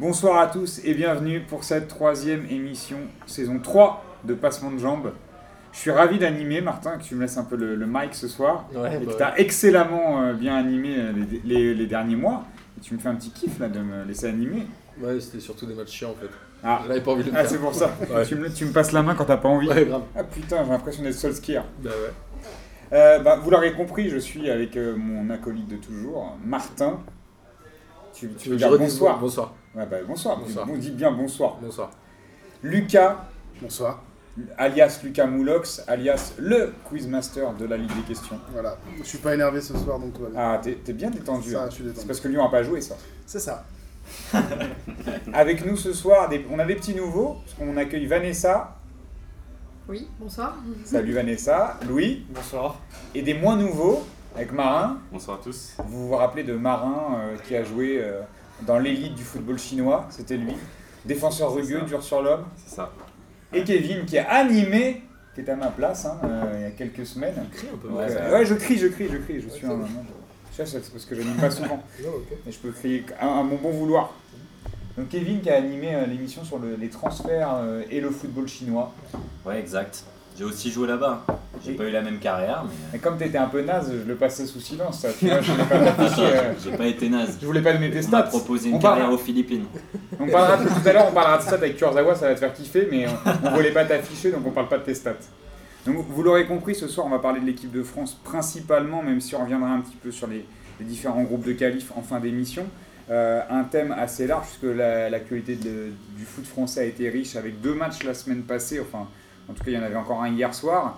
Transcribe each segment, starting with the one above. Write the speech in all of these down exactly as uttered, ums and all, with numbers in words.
Bonsoir à tous et bienvenue pour cette troisième émission, saison trois de Passement de Jambes. Je suis ravi d'animer, Martin, que tu me laisses un peu le, le mic ce soir. Ouais, et bah que tu as ouais. excellemment euh, bien animé les, les, les derniers mois. Et tu me fais un petit kiff là de me laisser animer. Ouais, c'était surtout des matchs chiants en fait. Ah, J'avais pas envie de le ah faire. c'est pour ça. Ouais. tu, me, tu me passes la main quand t'as pas envie. Ouais, grave. Ah putain, j'ai l'impression d'être Solskjaer. Bah ouais. Euh, bah, vous l'aurez compris, je suis avec euh, mon acolyte de toujours, Martin. Tu, tu veux que dire je redise bonsoir? Bonsoir. Ouais, bah, bonsoir. Bonsoir. On dit bien bonsoir. Bonsoir. Lucas, Bonsoir. alias Lucas Moulox, alias le quizmaster de la Ligue des questions. Voilà. Je suis pas énervé ce soir donc tout va bien. Ah, t'es, t'es bien détendu. Ça, hein. je suis C'est détendu. parce que Lyon n'a pas joué ça. C'est ça. Avec nous ce soir, des- on a des petits nouveaux, parce qu'on accueille Vanessa. Oui, bonsoir. Salut Vanessa, Louis, Bonsoir. et des moins nouveaux, avec Marin. Bonsoir à tous. Vous vous rappelez de Marin euh, qui a joué euh, dans l'élite du football chinois, c'était lui. Défenseur rugueux, ça. dur sur l'homme. C'est ça. Et Kevin qui a animé, qui est à ma place hein, euh, il y a quelques semaines. Crie un peu. Donc, Ouais, euh, ça- ouais, je crie, je crie, je crie. Je suis Ouais, un. ça non, je- ça, c'est parce que je n'anime pas souvent. Non, ok. Mais je peux crier à, à mon bon vouloir. Donc Kevin qui a animé euh, l'émission sur le- les transferts euh, et le football chinois. Ouais, exact. J'ai aussi joué là-bas. J'ai Et- pas eu la même carrière, mais Et comme tu étais un peu naze, je le passais sous silence. Ça, tu vois, je voulais pas t'afficher, euh, j'ai pas été naze. je voulais pas donner tes On m'a stats. proposé une On parle- carrière aux Philippines. On parlera de- tout à l'heure, on parlera de stats avec Kurzawa, ça va te faire kiffer, mais on, on voulait pas t'afficher, donc on parle pas de tes stats. Donc vous l'aurez compris, ce soir on va parler de l'équipe de France principalement, même si on reviendra un petit peu sur les, les différents groupes de qualifs en fin d'émission. Euh, un thème assez large, puisque la- l'actualité de- du foot français a été riche avec deux matchs la semaine passée, enfin en tout cas il y en avait encore un hier soir.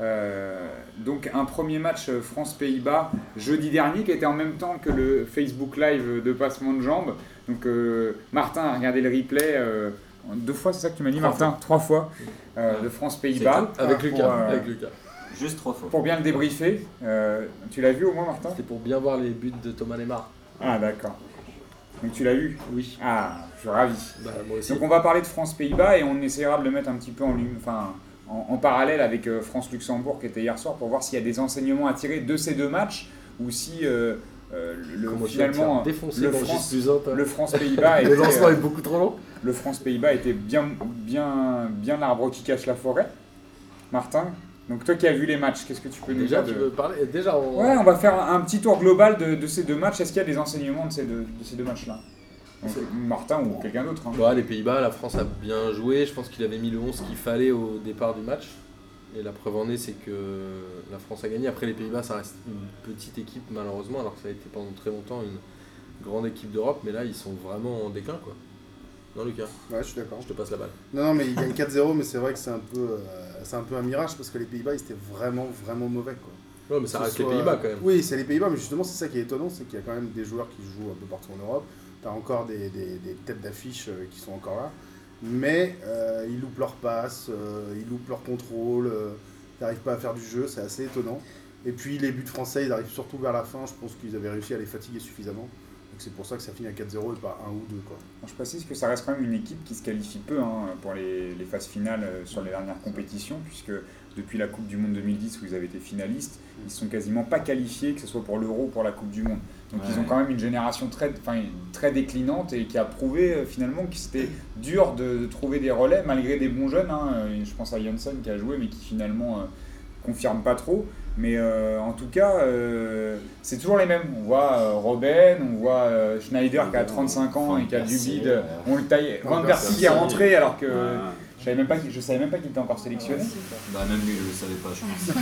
Euh, donc un premier match euh, France-Pays-Bas jeudi dernier qui était en même temps que le Facebook Live de Passement de Jambes. Donc euh, Martin a regardé le replay euh, deux fois, c'est ça que tu m'as dit Trois Martin? Trois fois euh, de France-Pays-Bas. Avec Pour, Lucas. euh, Avec Lucas. Juste trois fois. pour bien le débriefer. Euh, tu l'as vu au moins Martin? C'était pour bien voir les buts de Thomas Lemar. Ah d'accord. Donc tu l'as vu? Oui. Ah, je suis ravi. Bah moi aussi. Donc on va parler de France-Pays-Bas et on essaiera de le mettre un petit peu en, lum- enfin, en, en parallèle avec euh, France-Luxembourg qui était hier soir pour voir s'il y a des enseignements à tirer de ces deux matchs ou si euh, euh, le, Comment tu vas te finalement faire défoncer le dans le France- J plus un, toi. le France-Pays-Bas Le était, lancement euh, est beaucoup trop long. le France-Pays-Bas était bien, bien, bien l'arbre qui cache la forêt. Martin, donc toi qui as vu les matchs, qu'est-ce que tu peux nous Déjà, dire tu de... veux parler Déjà, on... Ouais, on va faire un, un petit tour global de, de ces deux matchs. Est-ce qu'il y a des enseignements de ces deux, de ces deux matchs-là? Donc, C'est- Martin ou quelqu'un d'autre. hein. Ouais, les Pays-Bas, la France a bien joué. Je pense qu'il avait mis le onze qu'il fallait au départ du match. Et la preuve en est, c'est que la France a gagné. Après, les Pays-Bas, ça reste une petite équipe, malheureusement, alors que ça a été pendant très longtemps une grande équipe d'Europe. Mais là, ils sont vraiment en déclin, quoi. Non, Lucas, Ouais, je suis d'accord. je te passe la balle. Non, non, mais il gagne quatre zéro, mais c'est vrai que c'est un peu, euh, c'est un peu un mirage parce que les Pays-Bas, ils étaient vraiment, vraiment mauvais, quoi. Ouais, mais ça Que ce reste les soit- Pays-Bas, quand même. Oui, c'est les Pays-Bas, mais justement, c'est ça qui est étonnant, c'est qu'il y a quand même des joueurs qui jouent un peu partout en Europe. T'as encore des, des, des têtes d'affiche euh, qui sont encore là, mais euh, ils loupent leur passe, euh, ils loupent leur contrôle, euh, ils n'arrivent pas à faire du jeu, c'est assez étonnant. Et puis les buts français, ils arrivent surtout vers la fin, je pense qu'ils avaient réussi à les fatiguer suffisamment. Donc c'est pour ça que ça finit à quatre zéro et pas un ou deux, quoi. Je précise que ça reste quand même une équipe qui se qualifie peu hein, pour les, les phases finales euh, sur les dernières compétitions, puisque depuis la Coupe du Monde deux mille dix où ils avaient été finalistes, ils ne sont quasiment pas qualifiés, que ce soit pour l'Euro ou pour la Coupe du Monde. Donc Ouais. ils ont quand même une génération très, enfin, très déclinante et qui a prouvé euh, finalement que c'était dur de, de trouver des relais malgré des bons jeunes. hein. Euh, Je pense à Janssen qui a joué mais qui finalement euh, confirme pas trop. Mais euh, en tout cas, euh, c'est toujours les mêmes. On voit euh, Robben, on voit euh, Schneider qui a trente-cinq ans et qui a du Persie, bide. ouais. On le taille. Van Van Persie qui est Persie. rentré alors que Ouais. je savais même pas qu'il, je savais même pas qu'il était encore sélectionné. Bah, même lui, je le savais pas, je pense.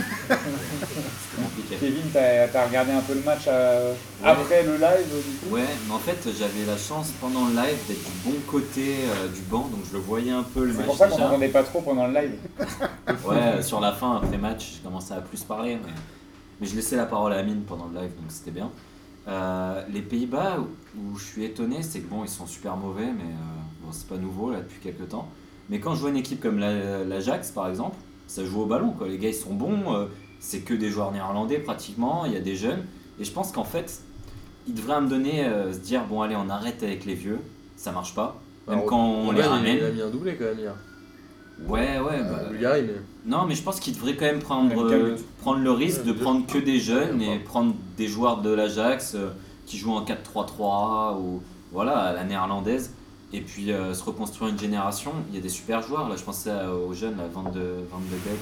C'était compliqué. Kevin, t'as, t'as regardé un peu le match euh, après le live du coup Ouais, mais en fait, j'avais la chance pendant le live d'être du bon côté euh, du banc, donc je le voyais un peu le C'est match. pour ça qu'on déjà. n'entendait pas trop pendant le live. Ouais, sur la fin, après match, je commençais à plus parler, mais, mais je laissais la parole à Amine pendant le live, donc c'était bien. Euh, les Pays-Bas, où, où je suis étonné, c'est que bon, ils sont super mauvais, mais euh, bon, c'est pas nouveau là depuis quelques temps. Mais quand je vois une équipe comme la- l'Ajax, par exemple, ça joue au ballon, quoi. Les gars, ils sont bons, euh, c'est que des joueurs néerlandais pratiquement, il y a des jeunes, et je pense qu'en fait, ils devraient à me donner, euh, se dire, bon allez, on arrête avec les vieux, ça marche pas, même Alors, quand on Robben, les il- ramène. Il a mis un doublé, quand même, hier. Ouais, ouais, bah, Euh, Bulgarie, mais... non, mais je pense qu'ils devraient quand même prendre, Avec quel euh, but prendre le risque Ouais, de deux. prendre que des jeunes Ouais, et prendre des joueurs de l'Ajax euh, qui jouent en quatre trois trois ou voilà, à la néerlandaise. Et et puis euh, se reconstruire une génération. Il y a des super joueurs, là je pensais aux jeunes, là, Van de, Van de Beek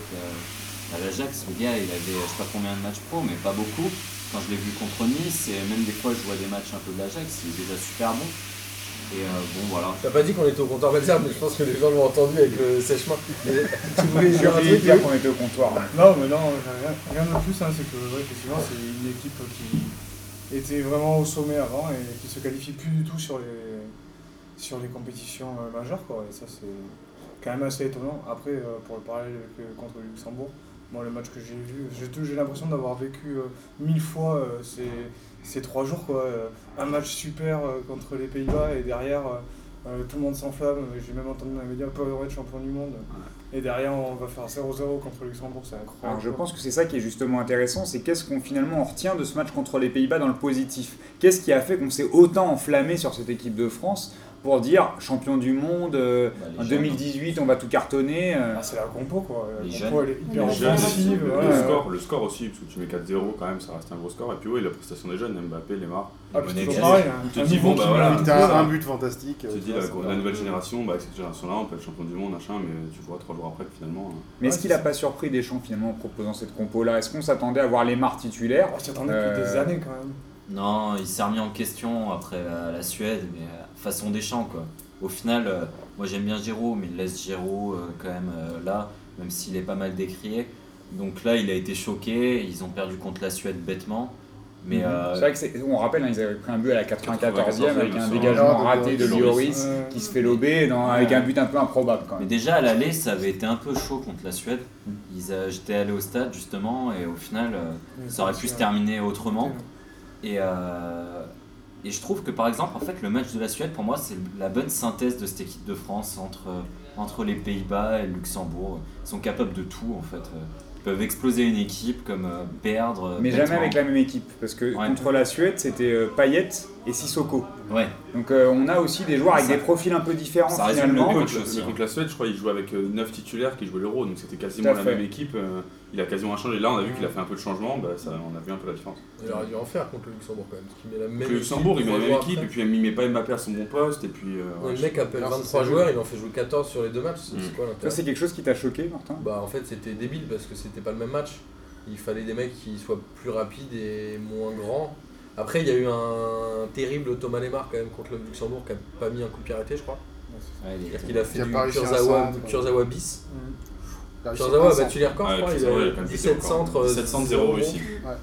à l'Ajax, le gars il avait je sais pas combien de matchs pro, mais pas beaucoup. Quand je l'ai vu contre Nice, et même des fois je vois des matchs un peu de l'Ajax, il est déjà super bon. Et euh, bon voilà. T'as pas dit qu'on était au comptoir Belzère, mais je pense que les gens l'ont entendu avec le sèche-main. Tu voulais J'ai dire un oublié de truc dire là qu'on était au comptoir. Non, mais non, rien, rien de plus, hein, c'est que ouais, effectivement, c'est une équipe qui était vraiment au sommet avant et qui se qualifie plus du tout sur les, sur les compétitions euh, majeures, quoi. Et ça, c'est quand même assez étonnant. Après, euh, pour le parler avec, euh, contre le Luxembourg, moi, le match que j'ai vu, j'ai, j'ai l'impression d'avoir vécu euh, mille fois euh, ces, ces trois jours, quoi. Euh, un match super euh, contre les Pays-Bas et derrière, euh, euh, tout le monde s'enflamme. J'ai même entendu dans les médias, Power champion du monde. Ouais. Et derrière, on va faire zéro zéro contre le Luxembourg, c'est incroyable. Alors je pense que c'est ça qui est justement intéressant, c'est qu'est-ce qu'on finalement on retient de ce match contre les Pays-Bas dans le positif. Qu'est-ce qui a fait qu'on s'est autant enflammé sur cette équipe de France pour dire champion du monde, euh, bah, en deux mille dix-huit on va tout cartonner. Euh... Ah, c'est la compo, quoi. La Les compo, elle est hyper Les jeunes, offensive. le, Ouais, le ouais. score, le score aussi, parce que tu mets quatre zéro quand même, ça reste un gros score. Et puis oui, la prestation des jeunes, Mbappé, Lemar. Ah, puis Monégasque. toujours pareil, hein. Tu te Un dis, nouveau bon, bah qui voilà, m'a Puis invité, t'as ça. un but fantastique. Tu euh, te dis, ça, la, c'est la pas- nouvelle génération, bah, avec cette génération-là, on peut être champion du monde, machin, mais tu vois trois jours après que finalement. euh, Mais Ouais, est-ce qu'il c'est n'a pas surpris Deschamps finalement en proposant cette compo-là? Est-ce qu'on s'attendait à voir Lemar titulaire? On s'y attendait depuis Euh, des années, quand même. Non, il s'est remis en question après la, la Suède, mais euh, façon Deschamps quoi. Au final, euh, moi j'aime bien Giroud, mais il laisse Giroud euh, quand même euh, là, même s'il est pas mal décrié. Donc là, il a été choqué, ils ont perdu contre la Suède bêtement. Mais euh, C'est vrai que c'est- on rappelle, hein, ils avaient pris un but à la quatre-vingt-quatorzième avec un quatre-vingt-quatorzième, dégagement sur- raté de sur- Lloris Ouais. qui se fait lober dans- avec un but un peu improbable quand Mais même. déjà à l'aller, ça avait été un peu chaud contre la Suède. Ils, euh, j'étais allé au stade justement, et au final, euh, ça aurait pu se terminer autrement. Et, euh, et je trouve que par exemple, en fait, le match de la Suède, pour moi, c'est la bonne synthèse de cette équipe de France entre, entre les Pays-Bas et le Luxembourg. Ils sont capables de tout en fait. Ils peuvent exploser une équipe comme euh, perdre. Mais bêtement. jamais avec la même équipe, parce que Ouais. contre la Suède, c'était euh, Payet et Sissoko. Ouais. Donc euh, on a aussi des joueurs avec Ça- des profils un peu différents ça résume finalement. le contre, coach aussi, mais hein. contre la Suède, je crois qu'il jouait avec neuf titulaires qui jouaient l'Euro, donc c'était Tout quasiment à la fait. même équipe. euh, il a quasiment changé. Là, on a vu qu'il a fait un peu de changement, bah, ça, on a vu un peu la différence. Il aurait dû en faire contre le Luxembourg quand même. Parce qu'il met la même Le Luxembourg, il met la même trois équipe, joueurs et puis il met pas Mbappé à son bon poste, et puis. euh, après. ouais, Le mec appelle Alors, ça, vingt-trois c'est joueurs, lui. il en fait jouer quatorze sur les deux matchs. C'est Mm. c'est quoi Ça l'intérêt? c'est quelque chose qui t'a choqué, Martin? Bah en fait c'était débile parce que c'était pas le même match. Il fallait des mecs qui soient plus rapides et moins grands. Après il y a eu un terrible Thomas Lemar quand même contre le Luxembourg qui a pas mis un coup de pied arrêté je crois. Ouais, il est- C'est-à-dire qu'il a fait Qui a du pas réussi un Kurzawa, centre. Kurzawa bis. T'as réussi Kurzawa a un battu les records Ouais, je crois, il Kurzawa, il a a quand même pété dix-sept encore. centres. dix-sept centres, zéro réussi.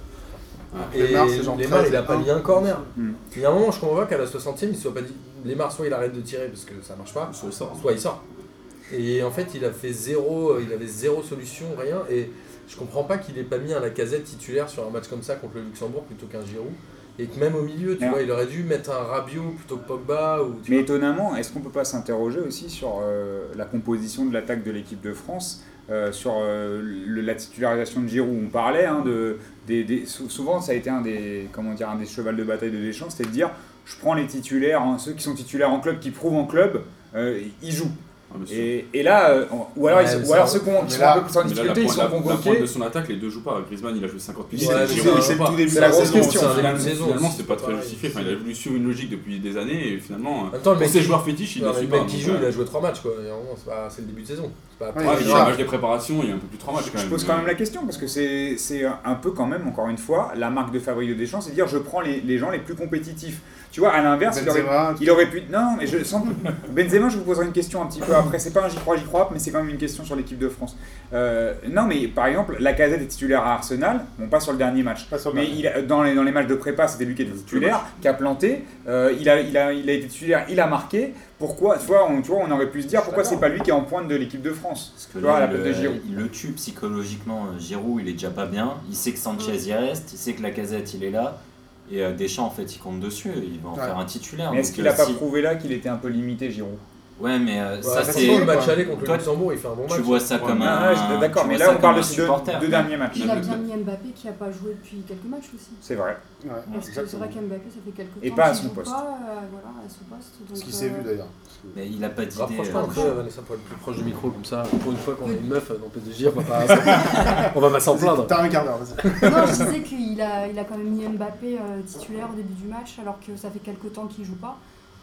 Et Lemar, c'est genre Lemar, il a treize, pas mis un corner. Mm. Il y a un moment, je comprends pas qu'à la soixantième, il soit pas dit. Lemar, soit il arrête de tirer parce que ça marche pas, Soit il sort. soit il sort. Et en fait, il a fait zéro, il avait zéro solution, rien. Et je comprends pas qu'il ait pas mis un Lacazette titulaire sur un match comme ça contre le Luxembourg plutôt qu'un Giroud. Et que même au milieu, tu Non. vois, il aurait dû mettre un Rabiot plutôt que Pogba. Ou, tu Mais vois. étonnamment, est-ce qu'on peut pas s'interroger aussi sur euh, la composition de l'attaque de l'équipe de France, euh, sur euh, le- la titularisation de Giroud? On parlait, hein, de, des, des- sou- souvent ça a été un des, comment dire, un des chevals de bataille de Deschamps, c'était de dire je prends les titulaires, hein, ceux qui sont titulaires en club, qui prouvent en club, euh, ils jouent. Ah, mais c'est- Et, et là, euh, ou alors, Ouais, ils- mais ou ça- alors ceux qui ont- qui mais sont là- un peu plus en Mais là, la, difficulté, ils pointe- sont la- la pointe convoqués. de son attaque, les deux jouent pas. Griezmann, il a joué cinquante Ouais, minutes. mais Giroud, c'est- il c'est joue le pas. tout début C'est la de grosse saison, question. c'est un Finalement, début de saison, finalement, c'est c'était pas très pareil. justifié. Enfin, il a voulu suivre une logique depuis des années et finalement, En même temps, le pour mec ses qui- joueurs fétiches, il Non, ne mais suit le pas. mec qui donc, joue, il euh, a joué trois matchs quoi. Et à un moment, c'est pas- c'est le début de saison. C'est pas Ouais, Ouais, très il y a un grave. match de préparation, il y a un peu plus de trois matchs quand Je même. pose quand même la question parce que c'est c'est un peu quand même, encore une fois, la marque de fabrique de Deschamps, c'est de dire je prends les, les gens les plus compétitifs. Tu vois, à l'inverse, il aurait, Benzema, il aurait pu. Non, mais je sens. Benzema, je vous poserai une question un petit peu après. C'est pas un j'y crois, j'y crois, mais c'est quand même une question sur l'équipe de France. Euh, non, mais par exemple, Lacazette est titulaire à Arsenal, bon, pas sur le dernier match. Pas sur le Mais dernier. il a- dans, les, dans les matchs de prépa, c'était lui qui était titulaire, qui a planté. Euh, il, a, il, a, il a été titulaire, il a marqué. Pourquoi tu vois, on, tu vois, on aurait pu se dire pourquoi c'est pas lui qui est en pointe de l'équipe de France. Parce que Tu vois, à là, la il, place de Giroud. il le tue psychologiquement. Giroud, il est déjà pas bien. Il sait que Sanchez y reste. Il sait que Lacazette, il est là. Et euh, Deschamps, en fait, il compte dessus. Il va en Ouais. faire un titulaire. Mais est-ce Donc, qu'il euh, a pas si- prouvé là qu'il était un peu limité, Giroud? Ouais, mais euh, Ouais, ça, de toute c'est. façon, le match aller contre Toi, le Luxembourg, il fait un bon match. Tu vois ça Ouais, comme mais- un. Ah, je- d'accord, tu mais vois là ça on parle comme de un ces deux, supporter, deux quoi. derniers matchs. Il a bien mis Mbappé qui n'a pas joué depuis quelques matchs aussi. C'est vrai. Ouais, Parce que c'est exactement. vrai qu'Mbappé, ça fait quelques temps Et pas à qu'il son joue poste. pas, euh, voilà, à son poste. Ce donc, qui s'est euh, vu d'ailleurs. Mais il a pas d'idée. Rapproche-toi un euh, peu, Vanessa, pour être plus proche du micro, comme ça. Pour une fois qu'on est une meuf dans P D J, on va pas, on va pas s'en plaindre. T'as un quart d'heure, vas-y. Non, je disais qu'il a, il a quand même mis Mbappé euh, titulaire au début du match, alors que ça fait quelques temps qu'il joue pas.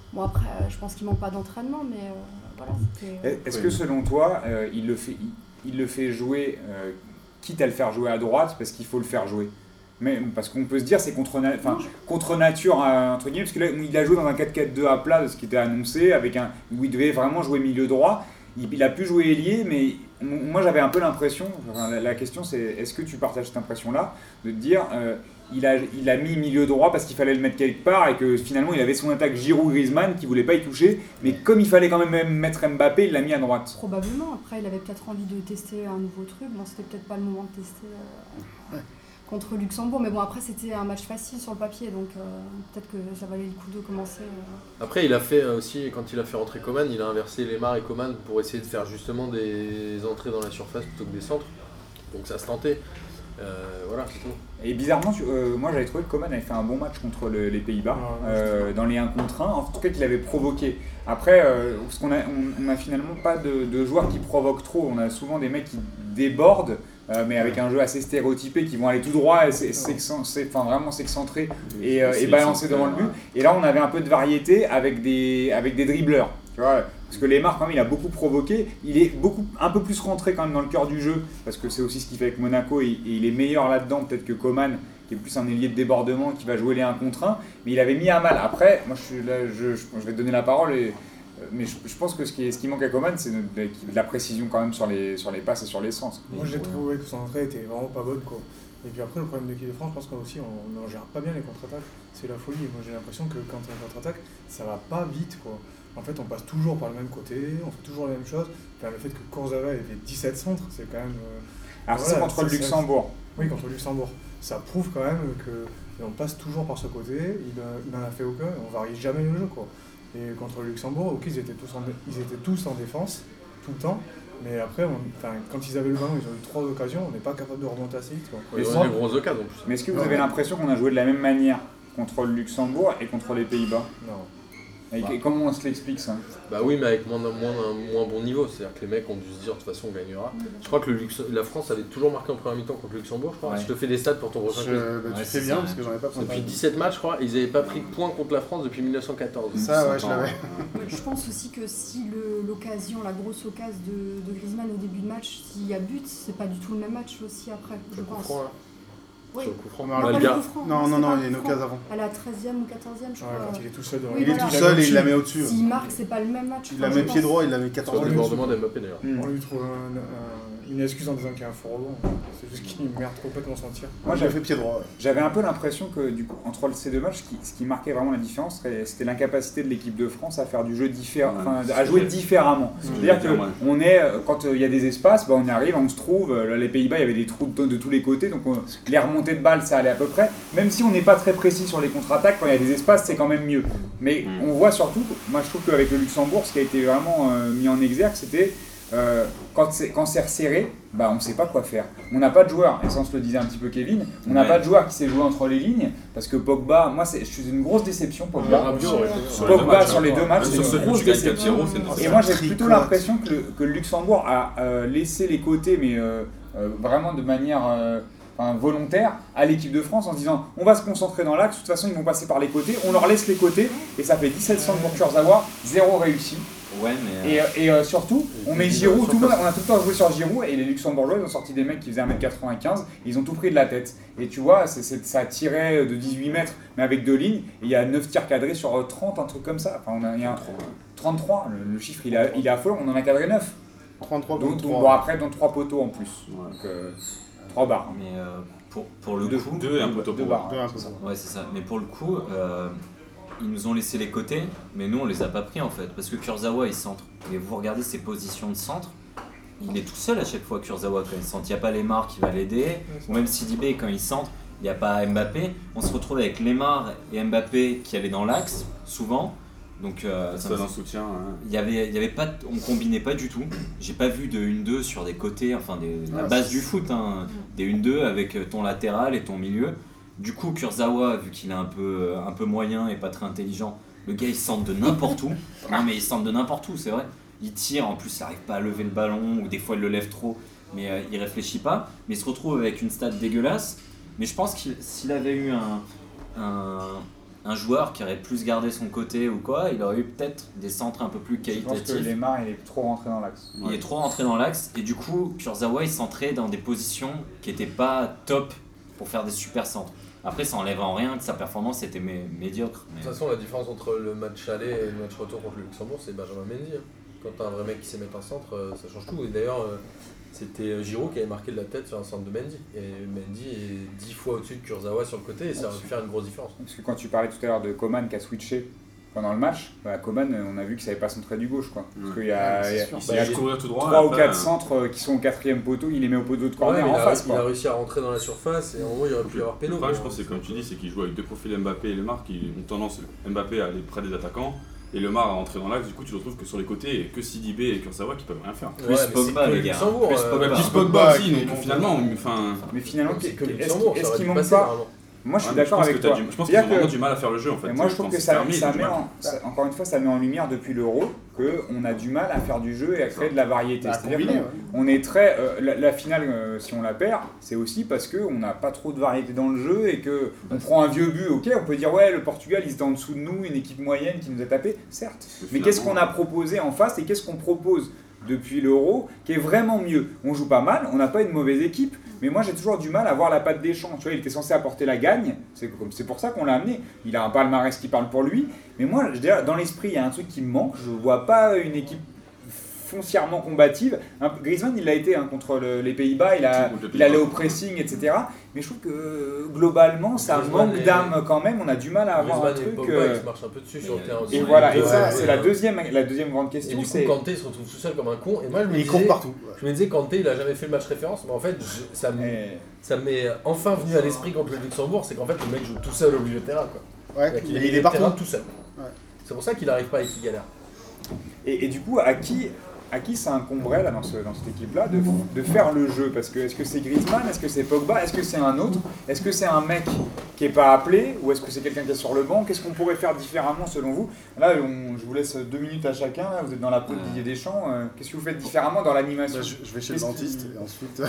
Bon, après, euh, je pense qu'il manque pas d'entraînement, mais euh, voilà, c'était. Est-ce que selon toi, euh, il, le fait, il, il le fait jouer, euh, quitte à le faire jouer à droite, parce qu'il faut le faire jouer? Mais, parce qu'on peut se dire c'est contre, na- enfin, contre nature, euh, entre guillemets, parce que là, il a joué dans un quatre quatre deux à plat, de ce qui était annoncé, avec un, où il devait vraiment jouer milieu droit. Il, il a pu jouer ailier, mais m- moi j'avais un peu l'impression, enfin, la, la question c'est est-ce que tu partages cette impression-là, de te dire euh, il, a, il a mis milieu droit parce qu'il fallait le mettre quelque part et que finalement il avait son attaque Giroud-Griezmann qui voulait pas y toucher, mais comme il fallait quand même mettre Mbappé, il l'a mis à droite. Probablement. Après, il avait peut-être envie de tester un nouveau truc. Bon, c'était peut-être pas le moment de tester euh, Ouais. contre Luxembourg. Mais bon, après, c'était un match facile sur le papier. Donc, euh, peut-être que ça valait le coup de commencer. euh. Après, il a fait euh, aussi, quand il a fait rentrer Coman, il a inversé Lemar et Coman pour essayer de faire justement des entrées dans la surface plutôt que des centres. Donc ça se tentait. Euh, voilà, c'est tout. Et bizarrement, tu- euh, moi j'avais trouvé que Coman avait fait un bon match contre le- les Pays-Bas, Ouais, euh, dans les un contre un, en tout cas qu'il avait provoqué. Après, euh, parce qu'on a, on, on a finalement pas de, de joueurs qui provoquent trop, on a souvent des mecs qui débordent, euh, mais avec un jeu assez stéréotypé, qui vont aller tout droit, et c'est, c'est, c'est, enfin, vraiment s'excentrer et, euh, et balancer devant le but. Et là on avait un peu de variété avec des, avec des dribbleurs. Tu vois, parce que Lemar, quand même, il a beaucoup provoqué. Il est beaucoup, un peu plus rentré quand même dans le cœur du jeu, parce que c'est aussi ce qu'il fait avec Monaco, et, et il est meilleur là-dedans peut-être que Coman, qui est plus un ailier de débordement, qui va jouer les un contre un. Mais il avait mis à mal. Après, moi, je, suis là, je, je, je vais te donner la parole, et, mais je, je pense que ce qui, est, ce qui manque à Coman, c'est de, de, de la précision quand même sur les, sur les passes et sur les sens. Moi, j'ai trouvé que son entrée était vraiment pas bonne, quoi. Et puis après, le problème de l'équipe de France, je pense qu'aussi, on ne gère pas bien les contre-attaques. C'est la folie. Moi, j'ai l'impression que quand il y a une contre-attaque, ça va pas vite, quoi. En fait, on passe toujours par le même côté, on fait toujours la même chose. Enfin, le fait que Kurzawa ait fait dix-sept centres, c'est quand même... Euh... Alors, voilà, c'est contre le Luxembourg. Oui, contre le Luxembourg. Ça prouve quand même qu'on passe toujours par ce côté, il, il en a fait aucun, et on varie jamais le jeu, quoi. Et contre le Luxembourg, ok, ils étaient tous en, dé- ils étaient tous en défense, tout le temps. Mais après, on, quand ils avaient le ballon, ils ont eu trois occasions, on n'est pas capable de remonter assez vite, quoi. Ouais, ils moi, ont eu des grosses occasions en plus. Mais est-ce que vous avez l'impression qu'on a joué de la même manière contre le Luxembourg et contre les Pays-Bas? Non. Et Bah. comment on se l'explique ça? Bah oui, mais avec moins, moins, un moins bon niveau. C'est-à-dire que les mecs ont dû se dire de toute façon on gagnera. Je crois que le Lux- la France avait toujours marqué en première mi-temps contre le Luxembourg, je crois. Ouais. Je te fais des stats pour ton prochain Je, quiz. bah, Ouais, tu c'est fais bien ça, parce que j'en ai pas pensé. Depuis dix-sept matchs, je crois, ils n'avaient pas pris de points contre la France depuis mille neuf cent quatorze. Ça, ouais, je l'avais. Ouais, je pense aussi que si le- l'occasion, la grosse occasion de, de Griezmann au début de match, s'il y a but, c'est pas du tout le même match aussi après, je Sur le coup pense. franc, là. Oui. Sur le coup franc. Non, Non, Bah, pas le le gars- coup franc, Non, c'est non, non, pas il y a une le coup franc. occasion avant. À la treizième ou quatorzième, je Ouais, crois. quand il est tout seul devant Oui, Il est voilà. tout seul et il la met au au-dessus. S'il marque, c'est pas le même match. Il quoi, la je met pied pense. droit, il la met Sur quatorze le Ouais, débordement d'Mbappé d'ailleurs. Hmm. On lui trouve un- un- une excuse en disant qu'il y a un faux rebond. C'est juste qu'il merde complètement son tir. Moi, Moi, j'ai fait pied droit. J'avais un peu l'impression que du coup, entre ces deux matchs, ce qui, ce qui marquait vraiment la différence, c'était- c'était l'incapacité de l'équipe de France à faire du jeu différent, Ouais. enfin, à jouer différemment. Ce que C'est-à-dire je voulais dire, ouais. qu'on est, euh, quand euh, il y a des espaces, bah, on arrive, on se trouve. euh, Là, les Pays-Bas, il y avait des trous de, de tous les côtés, donc on- les remontées de balles, ça allait à peu près. Même si on n'est pas très précis sur les contre-attaques, quand il y a des espaces, c'est quand même mieux. Mais Mm. on voit surtout, moi je trouve qu'avec le Luxembourg, ce qui a été vraiment euh, mis en exergue, c'était euh, quand c'est quand c'est resserré, bah, on ne sait pas quoi faire. On n'a pas de joueur, et ça on se le disait un petit peu Kevin, on n'a Ouais. pas de joueur qui sait jouer entre les lignes, parce que Pogba, moi c'est, je suis une grosse déception Pogba. Rabiot aurait été- Sur les deux Pogba matchs, sur les hein. deux matchs, Même c'est sur une celui où grosse tu gagnes déception. quatre zéro, c'est une Et déception. moi j'ai Tricote. plutôt l'impression que le, que le Luxembourg a euh, laissé les côtés, mais euh, euh, vraiment de manière euh, enfin, volontaire, à l'équipe de France en se disant on va se concentrer dans l'axe, de toute façon ils vont passer par les côtés, on leur laisse les côtés, et ça fait dix-sept centres pour Kurzawa, zéro réussi. Ouais, mais. Et, euh, euh, et euh, surtout, on met puis, Giroud, sur tout le monde, place. on a tout le temps joué sur Giroud, et les Luxembourgeois ils ont sorti des mecs qui faisaient un mètre quatre-vingt-quinze, ils ont tout pris de la tête. Et tu vois, c'est, c'est- ça tirait de dix-huit mètres, mais avec deux lignes, et il y a neuf tirs cadrés sur trente, un truc comme ça. Enfin, on a, il y a un- trente-trois, le, le chiffre il, a, il est affolant, on en a cadré neuf. trente-trois Donc, contre donc, bon, trois. après, dans trois poteaux en plus. Ouais. Donc, euh, trois barres. mais euh, pour, pour le Deux- coup. Deux et un poteau Deux pour barres. Deux, un ouais, peu. c'est ça. Ouais, c'est ça. Mais pour le coup, euh, ils nous ont laissé les côtés, mais nous on les a pas pris en fait. Parce que Kurzawa il centre. Et vous regardez ses positions de centre, il est tout seul à chaque fois, Kurzawa, quand il centre. Il n'y a pas Lemar qui va l'aider, ou même Sidibé quand il centre, il n'y a pas Mbappé. On se retrouve avec Lemar et Mbappé qui allaient dans l'axe, souvent. Donc euh, ça Ça me- en soutien. hein. il y avait, il y avait pas, de- on combinait pas du tout. J'ai pas vu de un deux sur des côtés, enfin des, la Ah, base c'est- du foot, hein, des un deux avec ton latéral et ton milieu. Du coup, Kurzawa, vu qu'il est un peu, un peu moyen et pas très intelligent, le gars il centre de n'importe où. Non mais il centre de n'importe où, c'est vrai. Il tire, en plus il n'arrive pas à lever le ballon, ou des fois il le lève trop, mais euh, il réfléchit pas. Mais il se retrouve avec une stat dégueulasse. Mais je pense qu'il s'il avait eu un, un, un joueur qui aurait plus gardé son côté ou quoi, il aurait eu peut-être des centres un peu plus Je pense que qualitatifs. Lemar il est trop rentré dans l'axe. Il est trop rentré dans l'axe et du coup Kurzawa il centrait dans des positions qui n'étaient pas top pour faire des super centres. Après ça enlève en rien que sa performance était mé- médiocre. De Mais... toute façon, la différence entre le match aller et le match retour contre le Luxembourg, c'est Benjamin Mendy. hein. Quand t'as un vrai mec qui sait mettre un centre, euh, ça change tout. Et d'ailleurs, euh, c'était Giroud qui avait marqué de la tête sur un centre de Mendy. Et Mendy est dix fois au-dessus de Kurzawa sur le côté et ça aurait pu faire une grosse différence. Parce que quand tu parlais tout à l'heure de Coman qui a switché pendant le match, bah, Coman, on a vu qu'il savait pas centrer du gauche. Quoi. Parce Ouais. qu'il y a, Ouais, il y a- c'est sûr. il Il y a va courir tout droit. trois ou après, quatre euh, centres euh, qui sont au quatrième poteau, il les met au poteau de corner Ouais, en il, a, face. il a Quoi. réussi à rentrer dans la surface et en gros il aurait pu y avoir Le péno. problème, je pense, c'est comme tu dis, c'est qu'il joue avec deux profils Mbappé et Lemar qui ont tendance, Mbappé à aller près des attaquants et Lemar à rentrer dans l'axe. Du coup, tu te retrouves que sur les côtés et que Sidibé et Kurzawa qui peuvent rien faire. Plus Pogba, les gars. Luxembourg, Plus euh, Pogba. Ouais, plus Pogba, Pogba aussi, qui donc monte. finalement, enfin. Mais finalement, c'est que est-ce Luxembourg, qu'il ça est-ce aurait qu'il dû manque passer, pas normalement. Moi je suis Ouais, mais d'accord pense avec que t'as toi. du- Je pense qu'ils C'est-à-dire ont vraiment que- du mal à faire le jeu en fait. Et moi je trouve Quand que c'est ça, fermé, ça ils ont met du mal. en, ça- encore une fois ça met en lumière depuis l'Euro qu'on a du mal à faire du jeu et à créer de la variété. À C'est-à-dire combiner, qu'on- ouais. on est très euh, la, la finale euh, si on la perd, c'est aussi parce que on n'a pas trop de variété dans le jeu et que on prend un vieux but. Ok, on peut dire ouais le Portugal ils étaient en dessous de nous, une équipe moyenne qui nous a tapé, certes. Mais qu'est-ce qu'on a proposé en face et qu'est-ce qu'on propose depuis l'Euro qui est vraiment mieux? On joue pas mal, on n'a pas une mauvaise équipe, mais moi j'ai toujours du mal à voir la patte Deschamps. Tu vois, il était censé apporter la gagne, c'est comme- c'est pour ça qu'on l'a amené. Il a un palmarès qui parle pour lui, mais moi je dirais, dans l'esprit il y a un truc qui me manque. Je vois pas une équipe foncièrement combative. Un peu- Griezmann il l'a été hein, contre le- les Pays-Bas, il, a, Contre les il allait Pays-Bas. au pressing, et cetera. Mais je trouve que euh, globalement ça Griezmann manque et- d'âme quand même. On a du mal à avoir un Griezmann et truc. Pogba euh, ils se marchent un peu dessus sur le mais, terrain euh, aussi. Et voilà, et Ouais, ça ouais, c'est ouais. la deuxième, la deuxième grande Et question. du coup, c'est Kanté se retrouve tout seul comme un con. Et moi, je me Et il disais, court partout. je me disais, Kanté, il a jamais fait le match référence, mais en fait, je- ça me- Eh, ça m'est enfin venu à l'esprit contre le Luxembourg, c'est qu'en fait, le mec joue tout seul au milieu de terrain. Quoi. Ouais, C'est-à-dire qu'il il, est, il milieu est de partout. terrain tout seul. Ouais. C'est pour ça qu'il n'arrive pas et qu'il galère. Et, et du coup, à qui, à qui ça incomberait là, dans, ce, dans cette équipe-là de, de faire le jeu? Parce que est-ce que c'est Griezmann? Est-ce que c'est Pogba? Est-ce que c'est un autre? Est-ce que c'est un mec qui n'est pas appelé? Ou est-ce que c'est quelqu'un qui est sur le banc? Qu'est-ce qu'on pourrait faire différemment selon vous? Là, on- je vous laisse deux minutes à chacun. Là, vous êtes dans la peau de Didier Deschamps. euh, Qu'est-ce que vous faites différemment dans l'animation? Bah, je, je vais chez le Qu'est-ce dentiste qui- et ensuite.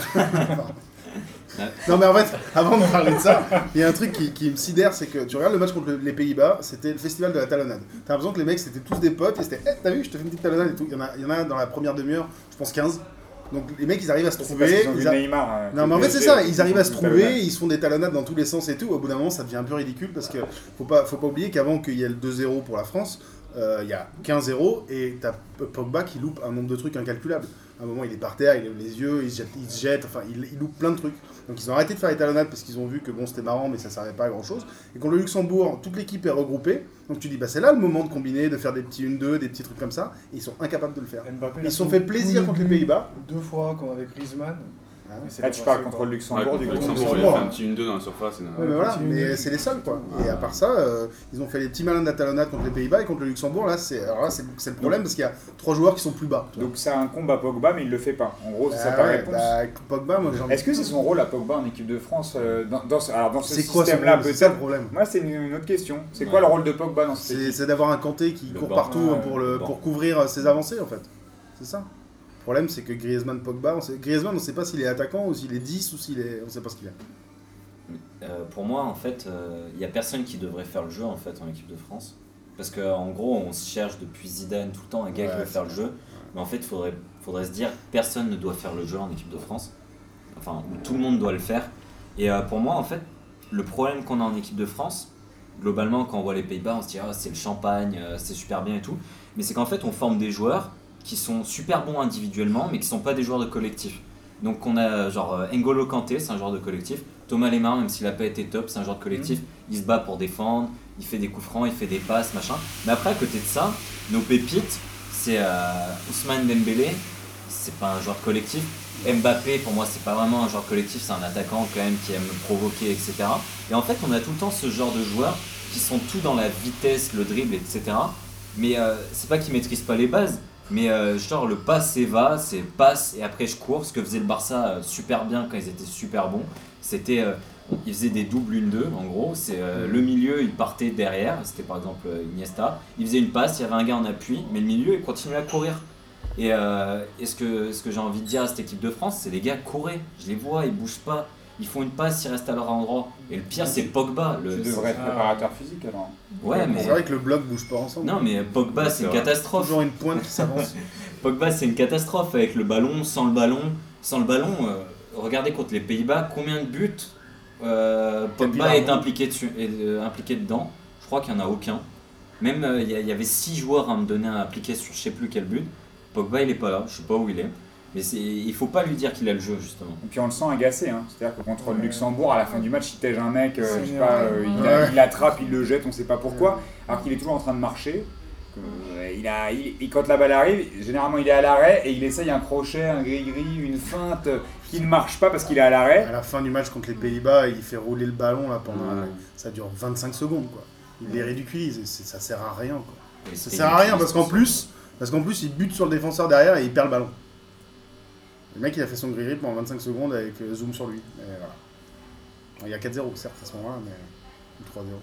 Non mais en fait, avant de parler de ça, il y a un truc qui, qui me sidère, c'est que tu regardes le match contre le- les Pays-Bas, c'était le festival de la talonnade. T'as l'impression que les mecs c'était tous des potes et c'était hey, t'as vu, je te fais une petite talonnade et tout. Il y en a, il y en a dans la première demi-heure, je pense quinze. Donc les mecs ils arrivent à se C'est parce trouver. qu'ils ont vu ils a- Neymar. euh, Non mais en au fait c'est P S G, ça, ils arrivent à se font trouver, talonnade. ils se font des talonnades dans tous les sens et tout. Au bout d'un moment ça devient un peu ridicule parce que faut pas, faut pas oublier qu'avant qu'il y ait le deux zéro pour la France, euh, il y a quinze zéro et t'as Pogba qui loupe un nombre de trucs incalculables. À un moment il est par terre, il lève les yeux, il se jette, il, se jette, enfin il, il loupe plein de trucs. Donc ils ont arrêté de faire les talonnades parce qu'ils ont vu que bon c'était marrant mais ça servait pas à grand chose. Et contre le Luxembourg, toute l'équipe est regroupée. Donc tu dis bah c'est là le moment de combiner, de faire des petits un deux, des petits trucs comme ça. Et ils sont incapables de le faire. Mbappé, Ils se sont fait plaisir contre les Pays-Bas. Deux fois, comme avec Griezmann. Ah, mais c'est Là, pas tu parles passé, contre quoi. le Ouais, Luxembourg. contre du le coup. Luxembourg, il a fait un petit un deux dans la surface. et- Ouais, mais voilà, continue. mais c'est les seuls quoi. Et à part ça, euh, ils ont fait les petits malins de la talonnade contre les Pays-Bas et contre le Luxembourg. Là, c'est alors là, c'est c'est le problème parce qu'il y a trois joueurs qui sont plus bas. Donc c'est un combat Pogba, mais il le fait pas. En gros, c'est ça Ah ta ouais, réponse. bah, Pogba, moi j'ai envie. Est-ce que c'est son rôle à Pogba en équipe de France euh, dans, dans ce, alors dans ce C'est quoi ce système-là rôle C'est ça le peut-être? problème. Moi, c'est une, une autre question. C'est Ouais. quoi le rôle de Pogba dans cette C'est équipe? c'est d'avoir un Kanté qui Le court banc, partout ouais, pour, le le, banc. pour couvrir ses avancées en fait. C'est ça. Le problème, c'est que Griezmann, Pogba, on sait, Griezmann, on sait pas s'il est attaquant ou s'il est dix ou s'il est. On sait pas ce qu'il est. Euh, pour moi, en fait, il n'y a personne qui devrait faire le jeu en fait en équipe de France. Parce qu'en gros, on se cherche depuis Zidane tout le temps un gars Ouais, qui veut c'est faire le jeu. Mais en fait, il faudrait, faudrait se dire personne ne doit faire le jeu en équipe de France. Enfin, où tout le monde doit le faire. Et euh, pour moi, en fait, le problème qu'on a en équipe de France, globalement, quand on voit les Pays-Bas, on se dit ah, c'est le champagne, euh, c'est super bien et tout. Mais c'est qu'en fait, on forme des joueurs qui sont super bons individuellement, mais qui sont pas des joueurs de collectif. Donc on a genre euh, N'Golo Kanté, c'est un joueur de collectif. Thomas Lemar, même s'il a pas été top, c'est un joueur de collectif. Il se bat pour défendre, il fait des coups francs, il fait des passes, machin. Mais après, à côté de ça, nos pépites, c'est euh, Ousmane Dembélé, c'est pas un joueur de collectif. Mbappé, pour moi, c'est pas vraiment un joueur collectif, c'est un attaquant quand même qui aime provoquer, et cetera. Et en fait, on a tout le temps ce genre de joueurs qui sont tout dans la vitesse, le dribble, et cetera. Mais euh, c'est pas qu'ils maîtrisent pas les bases, mais euh, genre le passe et va, c'est passe et après je cours. Ce que faisait le Barça euh, super bien quand ils étaient super bons, c'était euh, ils faisaient des doubles une deux en gros. C'est euh, le milieu, il partait derrière, c'était par exemple euh, Iniesta. Il faisait une passe, il y avait un gars en appui, mais le milieu il continuait à courir. Et, euh, et ce que, ce que j'ai envie de dire à cette équipe de France, c'est les gars courez, je les vois, ils bougent pas. ils font une passe, ils restent à leur endroit. Et le pire, c'est Pogba. Le... Tu devrais être préparateur physique alors. Ouais, mais. C'est vrai que le bloc bouge pas ensemble. Non, mais Pogba, c'est une catastrophe. Toujours une pointe qui s'avance. Pogba, c'est une catastrophe avec le ballon, sans le ballon. Sans le ballon, euh, regardez contre les Pays-Bas, combien de buts euh, Pogba est impliqué, dessus, est, euh, impliqué dedans. Je crois qu'il n'y en a aucun. Même il euh, y, y avait six joueurs à me donner à appliquer sur je sais plus quel but. Pogba, il est pas là, je sais pas où il est. Mais c'est, il faut pas lui dire qu'il a le jeu, justement. Et puis on le sent agacé, hein. C'est-à-dire que contre le Luxembourg, à la fin du match, il tège un mec, euh, C'est je sais pas, euh, il, Ouais. a- il l'attrape, il le jette, on sait pas pourquoi, alors qu'il est toujours en train de marcher. Euh, il a, il- et quand la balle arrive, généralement il est à l'arrêt et il essaye un crochet, un gris-gris, une feinte euh, qui ne marche pas parce qu'il est à l'arrêt. À la fin du match contre les Pays-Bas, il fait rouler le ballon là pendant. Ouais. Ça dure vingt-cinq secondes quoi. Il les ridiculise et c'est- ça sert à rien quoi. Et Ça c'est- sert à rien parce qu'en plus, parce qu'en plus il bute sur le défenseur derrière et il perd le ballon. Le mec il a fait son gris-gris pendant vingt-cinq secondes avec euh, zoom sur lui. Et voilà. Il y a quatre zéro certes à ce moment-là, mais ou trois zéro.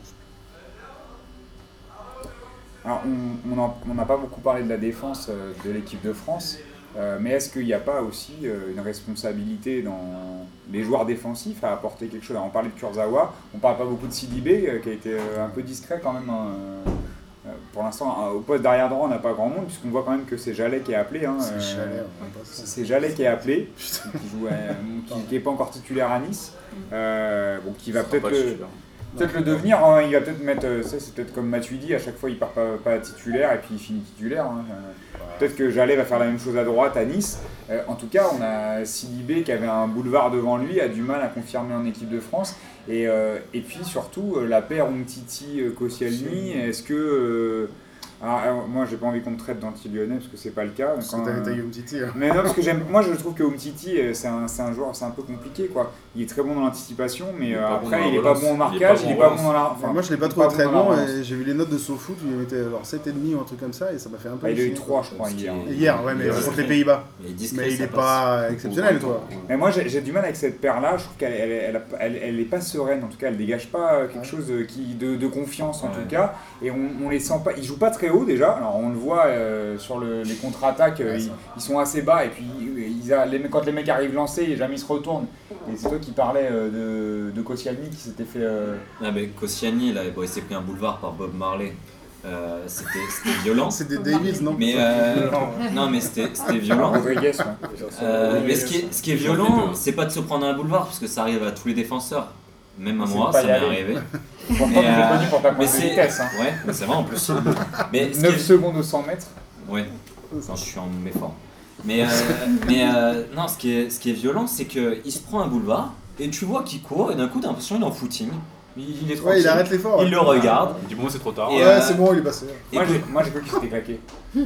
Alors, on on en- on n'a pas beaucoup parlé de la défense euh, de l'équipe de France, euh, mais est-ce qu'il n'y a pas aussi euh, une responsabilité dans les joueurs défensifs à apporter quelque chose? Alors, on parlait de Kurzawa, on parle pas beaucoup de Sidibé, euh, qui a été euh, un peu discret quand même. hein, euh, pour l'instant, euh, au poste d'arrière droit, on n'a pas grand monde, puisqu'on voit quand même que c'est Jallet qui est appelé. hein, C'est euh, Chalet, on va pas ça. c'est Jallet qui est appelé, qui joue, euh, qui n'est pas encore titulaire à Nice, euh, bon, qui va sera peut-être pas le, titulaire. peut-être le devenir. hein, il va peut-être mettre, euh, ça c'est peut-être comme Matuidi, à chaque fois il part pas, pas titulaire et puis il finit titulaire. hein, euh, peut-être que Jallet va faire la même chose à droite à Nice. Euh, en tout cas, on a Sidibé qui avait un boulevard devant lui, a du mal à confirmer en équipe de France. Et, euh, et puis surtout, euh, la paire Umtiti-Koscielny, est-ce que... euh, alors, alors, moi, j'ai pas envie qu'on me traite d'anti-lyonnais parce que c'est pas le cas. Parce que Quand, t'as euh, taillé Umtiti. hein. mais non, parce que j'aime. Moi, je trouve que Umtiti, euh, c'est un, c'est un joueur, c'est un peu compliqué, quoi. Il est très bon dans l'anticipation, mais Il est euh, pas bon après, dans la il est pas relance. bon au Il est marquage, pas il est bon pas en bon dans la. Enfin, enfin, moi je l'ai pas il est trouvé bon très dans la bon relance. et j'ai vu les notes de SoFoot, il mettait alors sept virgule cinq ou un truc comme ça et ça m'a fait un peu. Ah, il a eu halluciner, trois, quoi. je crois, hier. Et Hier, ouais, mais Il est contre discret. les Pays-Bas. Il est discret, Mais il ça est passe. pas exceptionnel, toi. Mais moi, j'ai j'ai du mal avec cette paire-là. Je trouve qu'elle elle, elle, a- elle- elle est pas sereine. En tout cas, elle dégage pas quelque Ouais. chose euh, qui, de, de confiance, en Ouais. tout cas. Et on, on les sent pas. Ils jouent pas très haut déjà. Alors, on le voit euh, sur le- les contre-attaques. euh, Ouais, ils, ça. ils sont assez bas. Et puis, ils a- les, quand les mecs arrivent lancés, jamais ils se retournent. Et c'est toi qui parlais euh, de, de Koscielny qui s'était fait. euh, Ah, mais Koscielny, là, bon, il s'est pris un boulevard par Bob Marley. Euh, c'était, c'était violent. C'est des Davids, non Mais euh, non, mais c'était, c'était violent. Rodriguez, ouais. Euh, mais ce qui est, ce qui est violent, c'est pas de se prendre un boulevard, parce que ça arrive à tous les défenseurs. Même à C'est moi, pas ça y m'est aller. arrivé. Pourtant, Mais, tu es euh, connu pour ta Mais pointe de c'est, vitesse. Hein. ouais, mais c'est vrai en plus. Mais ce qui neuf est- secondes au cent mètres. Ouais, quand je suis en méforme. Mais, euh, mais euh, non, ce qui est, ce qui est violent, c'est qu'il se prend un boulevard et tu vois qu'il court et d'un coup, t'as l'impression qu'il est en footing. Il, il est tranquille. Ouais, il arrête l'effort. Il ouais. le regarde. Du moment c'est trop tard. Et, Ouais, euh, c'est bon, il est passé. Et Moi, que- j'ai, moi, j'ai cru qu'il s'était claqué.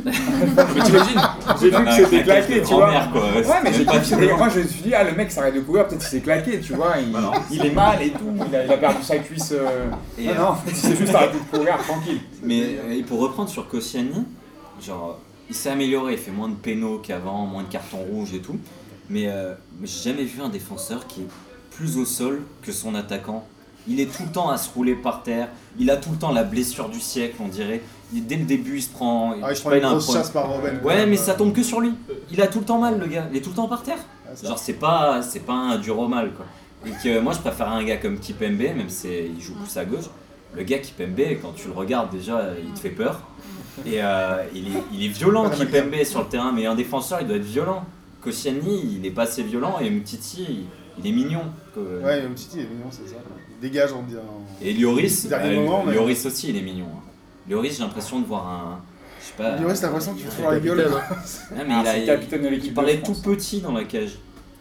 Mais t'imagines J'ai vu que un c'était claquage claqué, de tu vois. grand-mère, quoi. Ouais, mais C'est j'ai pas cru que c'était- violent. moi je me suis dit, ah le mec s'arrête de courir, peut-être qu'il s'est claqué, tu vois, il, Bah non. il est mal et tout, il a, il a perdu sa cuisse. euh, Et, non, euh, non, en fait, il s'est juste arrêté de courir, tranquille. Mais euh, et pour reprendre sur Koscielny, genre, il s'est amélioré, il fait moins de pénaux qu'avant, moins de cartons rouges et tout. Mais euh, j'ai jamais vu un défenseur qui est plus au sol que son attaquant. Il est tout le temps à se rouler par terre, il a tout le temps la blessure du siècle, on dirait. Il- dès le début, il se prend. Ah, je il sais prend pas, une il a un grosse point- chasse par Robben. Ouais, mais ça tombe que sur lui. Il a tout le temps mal, le gars. Il est tout le temps par terre. Ah, c'est Genre, c'est pas, c'est pas un dur au mal, quoi. Et que moi, je préfère un gars comme Kipembe, même si il joue plus à gauche. Le gars Kipembe, quand tu le regardes, déjà, il te fait peur. Et euh, il, est, il est violent, Kipembe, sur le terrain, mais un défenseur, il doit être violent. Koscielny, il est pas assez violent, et Mtiti, il, il est mignon. quoi. Ouais, Umtiti, évidemment, c'est ça. Il dégage, on dit. en- Et Lloris, Dernier euh, moment, mais- Lloris aussi, il est mignon. hein. Lloris, j'ai l'impression de voir un. Je sais pas. Lloris, t'as l'impression qu'il fait C'est toujours la gueule. capitaine, quoi. Ah, mais Ah, il, a- c'est le capitaine de l'équipe il de paraît France. tout petit dans la cage.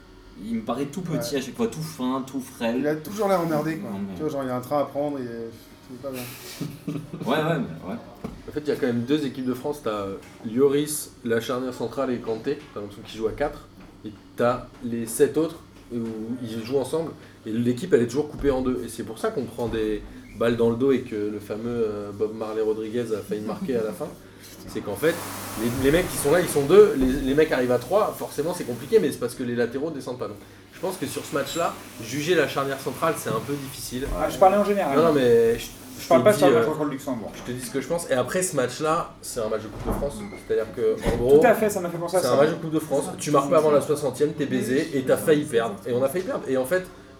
Il me paraît tout petit à chaque fois, tout fin, tout frêle. Il a toujours l'air emmerdé, quoi. Non, mais- Tu vois, genre, il a un train à prendre et euh, il est pas bien. Ouais, ouais, mais ouais. En fait, il y a quand même deux équipes de France. T'as euh, Lloris, la charnière centrale et Kanté, t'as l'impression qu'ils jouent à quatre. Et t'as les sept autres où ils jouent ensemble. Et l'équipe, elle est toujours coupée en deux. Et c'est pour ça qu'on prend des balles dans le dos et que le fameux euh, Bob Marley Rodriguez a failli marquer à la fin. C'est qu'en fait, les, les mecs qui sont là, ils sont deux. Les, les mecs arrivent à trois. Forcément, c'est compliqué, mais c'est parce que les latéraux descendent pas. Donc, je pense que sur ce match-là, juger la charnière centrale, c'est un peu difficile. Ah, je parlais en général. Non, non, mais je, je parle te pas dis, sur le euh, match contre le Luxembourg. je te dis ce que je pense. Et après ce match-là, c'est un match de Coupe de France. C'est-à-dire que, en gros, Tout à fait, ça m'a fait penser à c'est ça. un match de Coupe de France. Tu marques pas avant la soixantième, t'es baisé et t'as failli perdre. Et on a failli perdre. Et en fait,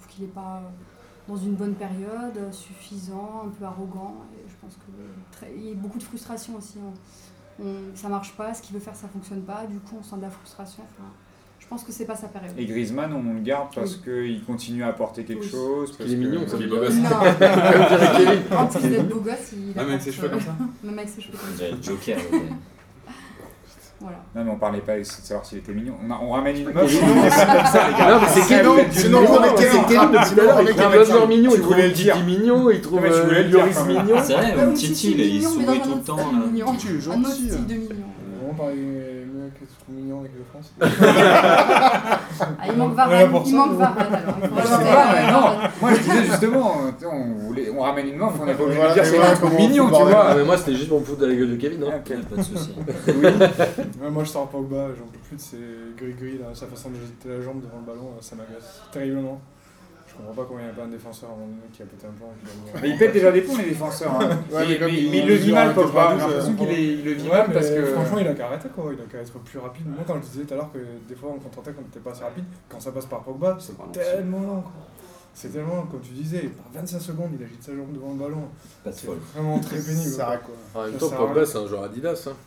trouve qu'il n'est pas dans une bonne période, suffisant, un peu arrogant. Et je pense qu'il y a beaucoup de frustration aussi. On, on, ça marche pas, ce qu'il veut faire ça fonctionne pas, du coup on sent de la frustration. Enfin, je pense que c'est pas sa période. Et Griezmann, on le garde parce Oui. qu'il continue à apporter quelque Oui. chose. Parce qu'il est que- mignon, ça. Il est beau gosse. Non, Comme dirait Kevin. en plus d'être beau gosse, il Ah, mais avec ses cheveux comme ça. Même avec ses cheveux comme On ça. dirait le Joker. ok. Voilà. Non, mais on parlait pas de savoir s'il était mignon. On, a- on ramène une meuf. qu'il est on- mignon. c'est comme ça, les gars. Non, mais c'est Ça Kevin, fait du sinon, mignon. on est Kevin. C'est Kevin depuis tout à l'heure, il Non, trouve mais Buzzer tu- mignon, tu il trouve voulais le Titi dire. mignon, il trouve Non, mais tu voulais euh, le dire, Lloris quand même. mignon. C'est vrai, Ouais, mon oui, Titi, Titi il, il mignon, mais sourit dans tout un le autre temps. style là. mignon. Tu es Un autre gentil. style hein. de mignon. Vraiment parler des mecs qui sont mignons avec le France. Ah, il manque Ouais, Varane, pour il ça, manque ouais. Varane alors. Il faut Ouais, rajouter, ouais, mais euh, non, Varane. moi je disais justement, tu sais, on, voulait, on ramène une meuf, on n'est pas obligé Voilà, de dire et c'est voilà un truc comment on mignon, fout tu le bordel. Ah, vois. mais moi c'était juste pour me foutre de la gueule de Kevin. Hein. Ok. Ouais, pas de soucis. Ouais, moi je sors Pogba, j'en peux plus de ces gris-gris là, sa façon de jeter la jambe devant le ballon, ça m'agace terriblement. Je comprends pas comment il n'y a pas un défenseur à un moment donné qui a pété un plan. et qui a mis- Mais il pète déjà des plombs, les défenseurs. Hein. Ouais, mais, mais comme mais- il- mais il il le vit mesure mal, un Pogba. J'ai quatre-vingt-douze, l'impression qu'il est- il le vit Ouais, mal mais parce que. franchement, il a qu'à arrêter quoi, il a qu'à être plus rapide. Moi, quand je disais tout à l'heure que des fois on contre-attaque, on n'était pas assez rapide, quand ça passe par Pogba, c'est Vraiment, tellement lent quoi. C'est tellement lent, comme tu disais, par vingt-cinq secondes, il agite sa jambe devant le ballon. Pas de C'est folle. vraiment très pénible. Ça quoi. quoi. En même Ça temps, sert à Pogba rien. c'est un joueur Adidas. Hein.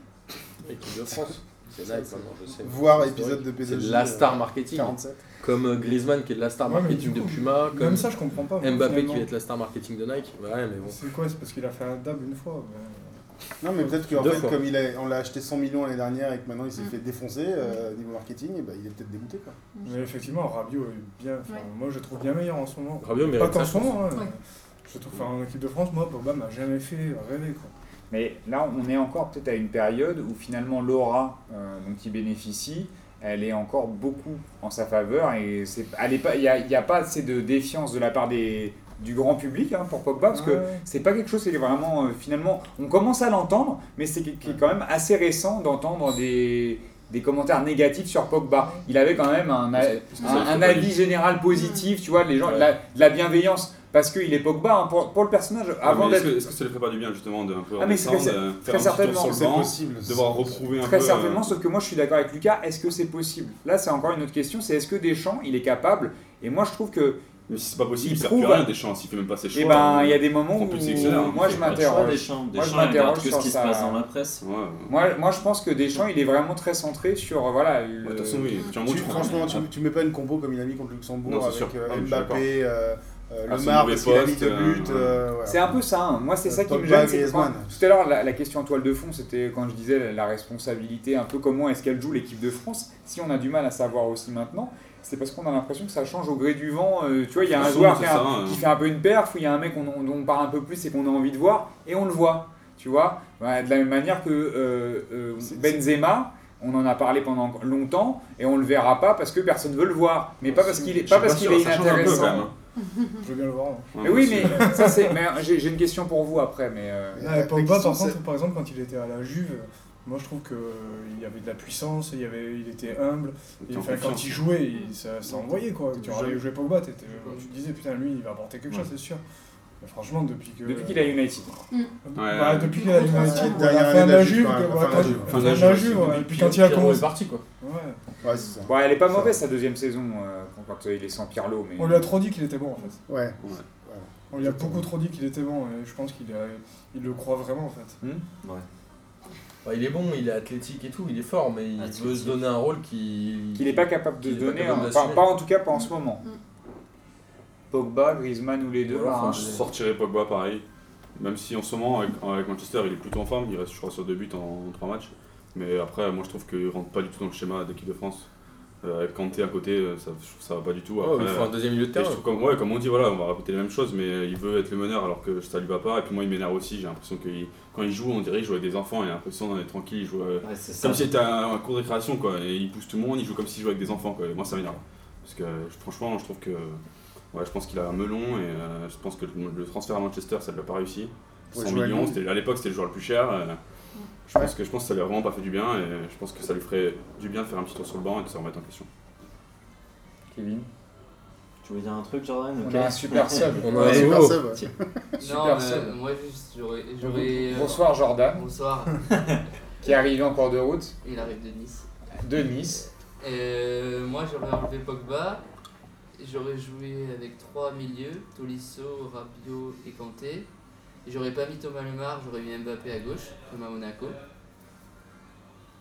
Équipe de France. C'est Nike maintenant, je sais. Voir C'est épisode de historique. P S G. C'est la star marketing. quarante-sept. Comme euh, Griezmann qui est de la star Ouais, mais marketing du de coup, Puma. Comme Même ça, je comprends pas. Mbappé qui finalement. va être la star marketing de Nike. Ouais, mais bon. C'est quoi? C'est parce qu'il a fait un dab une fois. mais- Non, mais peut-être qu'en Deux fait, fois. comme il a, on l'a acheté cent millions l'année dernière et que maintenant il s'est Mm. fait défoncer euh, niveau marketing, et bah, il est peut-être dégoûté quoi. Mais effectivement, Rabiot est bien. enfin, Ouais. Moi, je le trouve bien meilleur en ce moment. Rabiot Pas mérite qu'en ça, ce je pense. moment. hein. Ouais. Je trouve, enfin, en équipe de France, moi, Pogba m'a jamais fait rêver quoi. Mais là, on est encore peut-être à une période où finalement l'aura euh, dont il bénéficie, elle est encore beaucoup en sa faveur et c'est, elle est pas, il n'y a, il y a pas assez de défiance de la part des, du grand public hein, pour Pogba parce que Ouais. c'est pas quelque chose qui est vraiment euh, finalement, on commence à l'entendre, mais c'est qui est quand même assez récent d'entendre des des commentaires négatifs sur Pogba. Il avait quand même un, Parce que ça, un, il faut un pas avis dire. général positif, tu vois, les gens, Ouais. de la, de la bienveillance parce qu'il est Pogba hein, pour, pour le personnage avant Mais Est-ce d'être que, est-ce que ça lui ferait pas du bien justement de un peu Ah, mais c'est redescendre, très- euh, très faire un petit tour certainement, sur le C'est banc, possible. devoir reprouver un Très peu. certainement, euh, sauf que moi je suis d'accord avec Lucas, est-ce que c'est possible? Là c'est encore une autre question, c'est est-ce que Deschamps il est capable? Et moi je trouve que, Mais si c'est pas possible, il il sert trouve- plus à rien Deschamps s'il fait même pas ses choix. eh ben il y a euh, des moments où propulsé accélère, moi je il fait Pas le choix m'interroge. Deschamps. Moi, je Deschamps, il regarde m'interroge que ce sur qui se sa- passe dans la presse. Ouais, ouais. Moi, moi je pense que Deschamps il est vraiment très centré sur, euh, voilà, le- Ouais, de toute façon, oui. Tu en Tu- montres, tu franchement, comprends. tu, tu mets pas une compo comme il a mis contre Luxembourg Non, c'est avec sûr. euh, Ah, je suis Mbappé, euh, euh, À le son Mar mauvais parce qu'il a mis poste, deux buts. euh, euh, voilà. C'est un peu ça, hein. Moi c'est ça qui me Pogba, gêne. c'est que quand- Griezmann. Tout à l'heure, la, la question en toile de fond, c'était quand je disais la, la responsabilité, un peu comment est-ce qu'elle joue l'équipe de France. Si on a du mal à savoir aussi maintenant, c'est parce qu'on a l'impression que ça change au gré du vent. Euh, tu vois, il y a un Souvent, joueur c'est qui, a un- ça, hein. qui fait un peu une perf, ou il y a un mec dont dont on parle un peu plus et qu'on a envie de voir, et on le voit. Tu vois, Ouais, de la même manière que euh, euh, C'est- Benzema. On en a parlé pendant longtemps et on le verra pas parce que personne veut le voir, mais pas parce qu'il est Je pas suis parce pas qu'il sûr, est ça change un peu, inintéressant. quand même, hein. Je veux bien le voir. hein. Ouais, Mais oui, moi aussi. mais ça c'est. Mais j'ai j'ai une question pour vous après, mais. euh, Mais Ouais, la- Pogba, la par question, contre, par exemple, quand il était à la Juve, moi je trouve qu'il y avait de la puissance, il, y avait, il était humble. Et, T'es en enfin, quand confiance. il jouait, il- ça, ça envoyait quoi. Tu Jeune. regardais jouer Pogba, t'étais- tu te disais putain, lui il va apporter quelque chose, Ouais. c'est sûr. Mais franchement, depuis que. Depuis qu'il a United. Bah, depuis qu'il a Gros United, transfert. à la Dernière fin de année la de Juve, Juve, quand que- même, ouais, fin de la quand- Juve. fin Fin de de la la Juve, Juve, ouais. depuis Et puis quand il a Pirlo commencé. est parti quoi. Ouais. Ouais, c'est ça. Bon, elle est pas Ça. mauvaise sa deuxième saison euh, quand, quand il est sans Pirlo, mais. On lui a trop dit qu'il était bon en fait. Ouais. On lui a beaucoup trop dit qu'il était bon et je pense qu'il a- il le croit vraiment en fait. Bah, il est bon, il est athlétique et tout, il est fort, mais il Athlétique. veut se donner un rôle qui. Qu'il n'est pas capable de qu'il est pas donner, capable hein. d'assumer. Enfin, pas en tout cas pas en ce moment. Mm. Pogba, Griezmann ou les deux. Voilà, hein. enfin, Je sortirais Pogba pareil. Même si en ce moment, avec, avec Manchester, il est plutôt en forme, il reste, je crois, sur deux buts en, en trois matchs. Mais après, moi je trouve qu'il rentre pas du tout dans le schéma d'équipe de France. Euh, avec Kanté à côté, euh, ça, je trouve que ça va pas du tout. Ouais, Après, il faut un deuxième milieu de et terrain. je trouve comme, ouais, comme on dit, voilà, on va répéter les mêmes choses, mais il veut être le meneur alors que ça lui va pas. Et puis moi, il m'énerve aussi. J'ai l'impression que quand il joue, on dirait qu'il joue avec des enfants. Il a l'impression d'être tranquille. Il joue, euh, Ouais, c'est ça. comme si c'était un, un cours de récréation, quoi. Et il pousse tout le monde, il joue comme s'il jouait avec des enfants, quoi. Et moi, ça m'énerve. Parce que je- franchement, je trouve que. Ouais, je pense qu'il a un melon et euh, je pense que le, le transfert à Manchester, ça ne l'a pas réussi. Ouais, cent jouer à millions, Lille. c'était- à l'époque, c'était le joueur le plus cher. euh, je, pense que, je pense que ça lui a vraiment pas fait du bien et je pense que ça lui ferait du bien de faire un petit tour sur le banc et de se remettre en question. Kevin. Tu veux dire un truc, Jordan? On Ok. a un super sub. On a Ouais, un super nouveau. sub, ouais. Super Non, sub. mais moi juste, j'aurais. j'aurais, euh, Bonsoir Jordan, Bonsoir. qui est arrivé en cours de route Il arrive de Nice. de Nice. Euh, moi j'aurais enlevé Pogba. J'aurais joué avec trois milieux, Tolisso, Rabiot et Kanté. J'aurais pas mis Thomas Lemar, j'aurais mis Mbappé à gauche, comme à Monaco.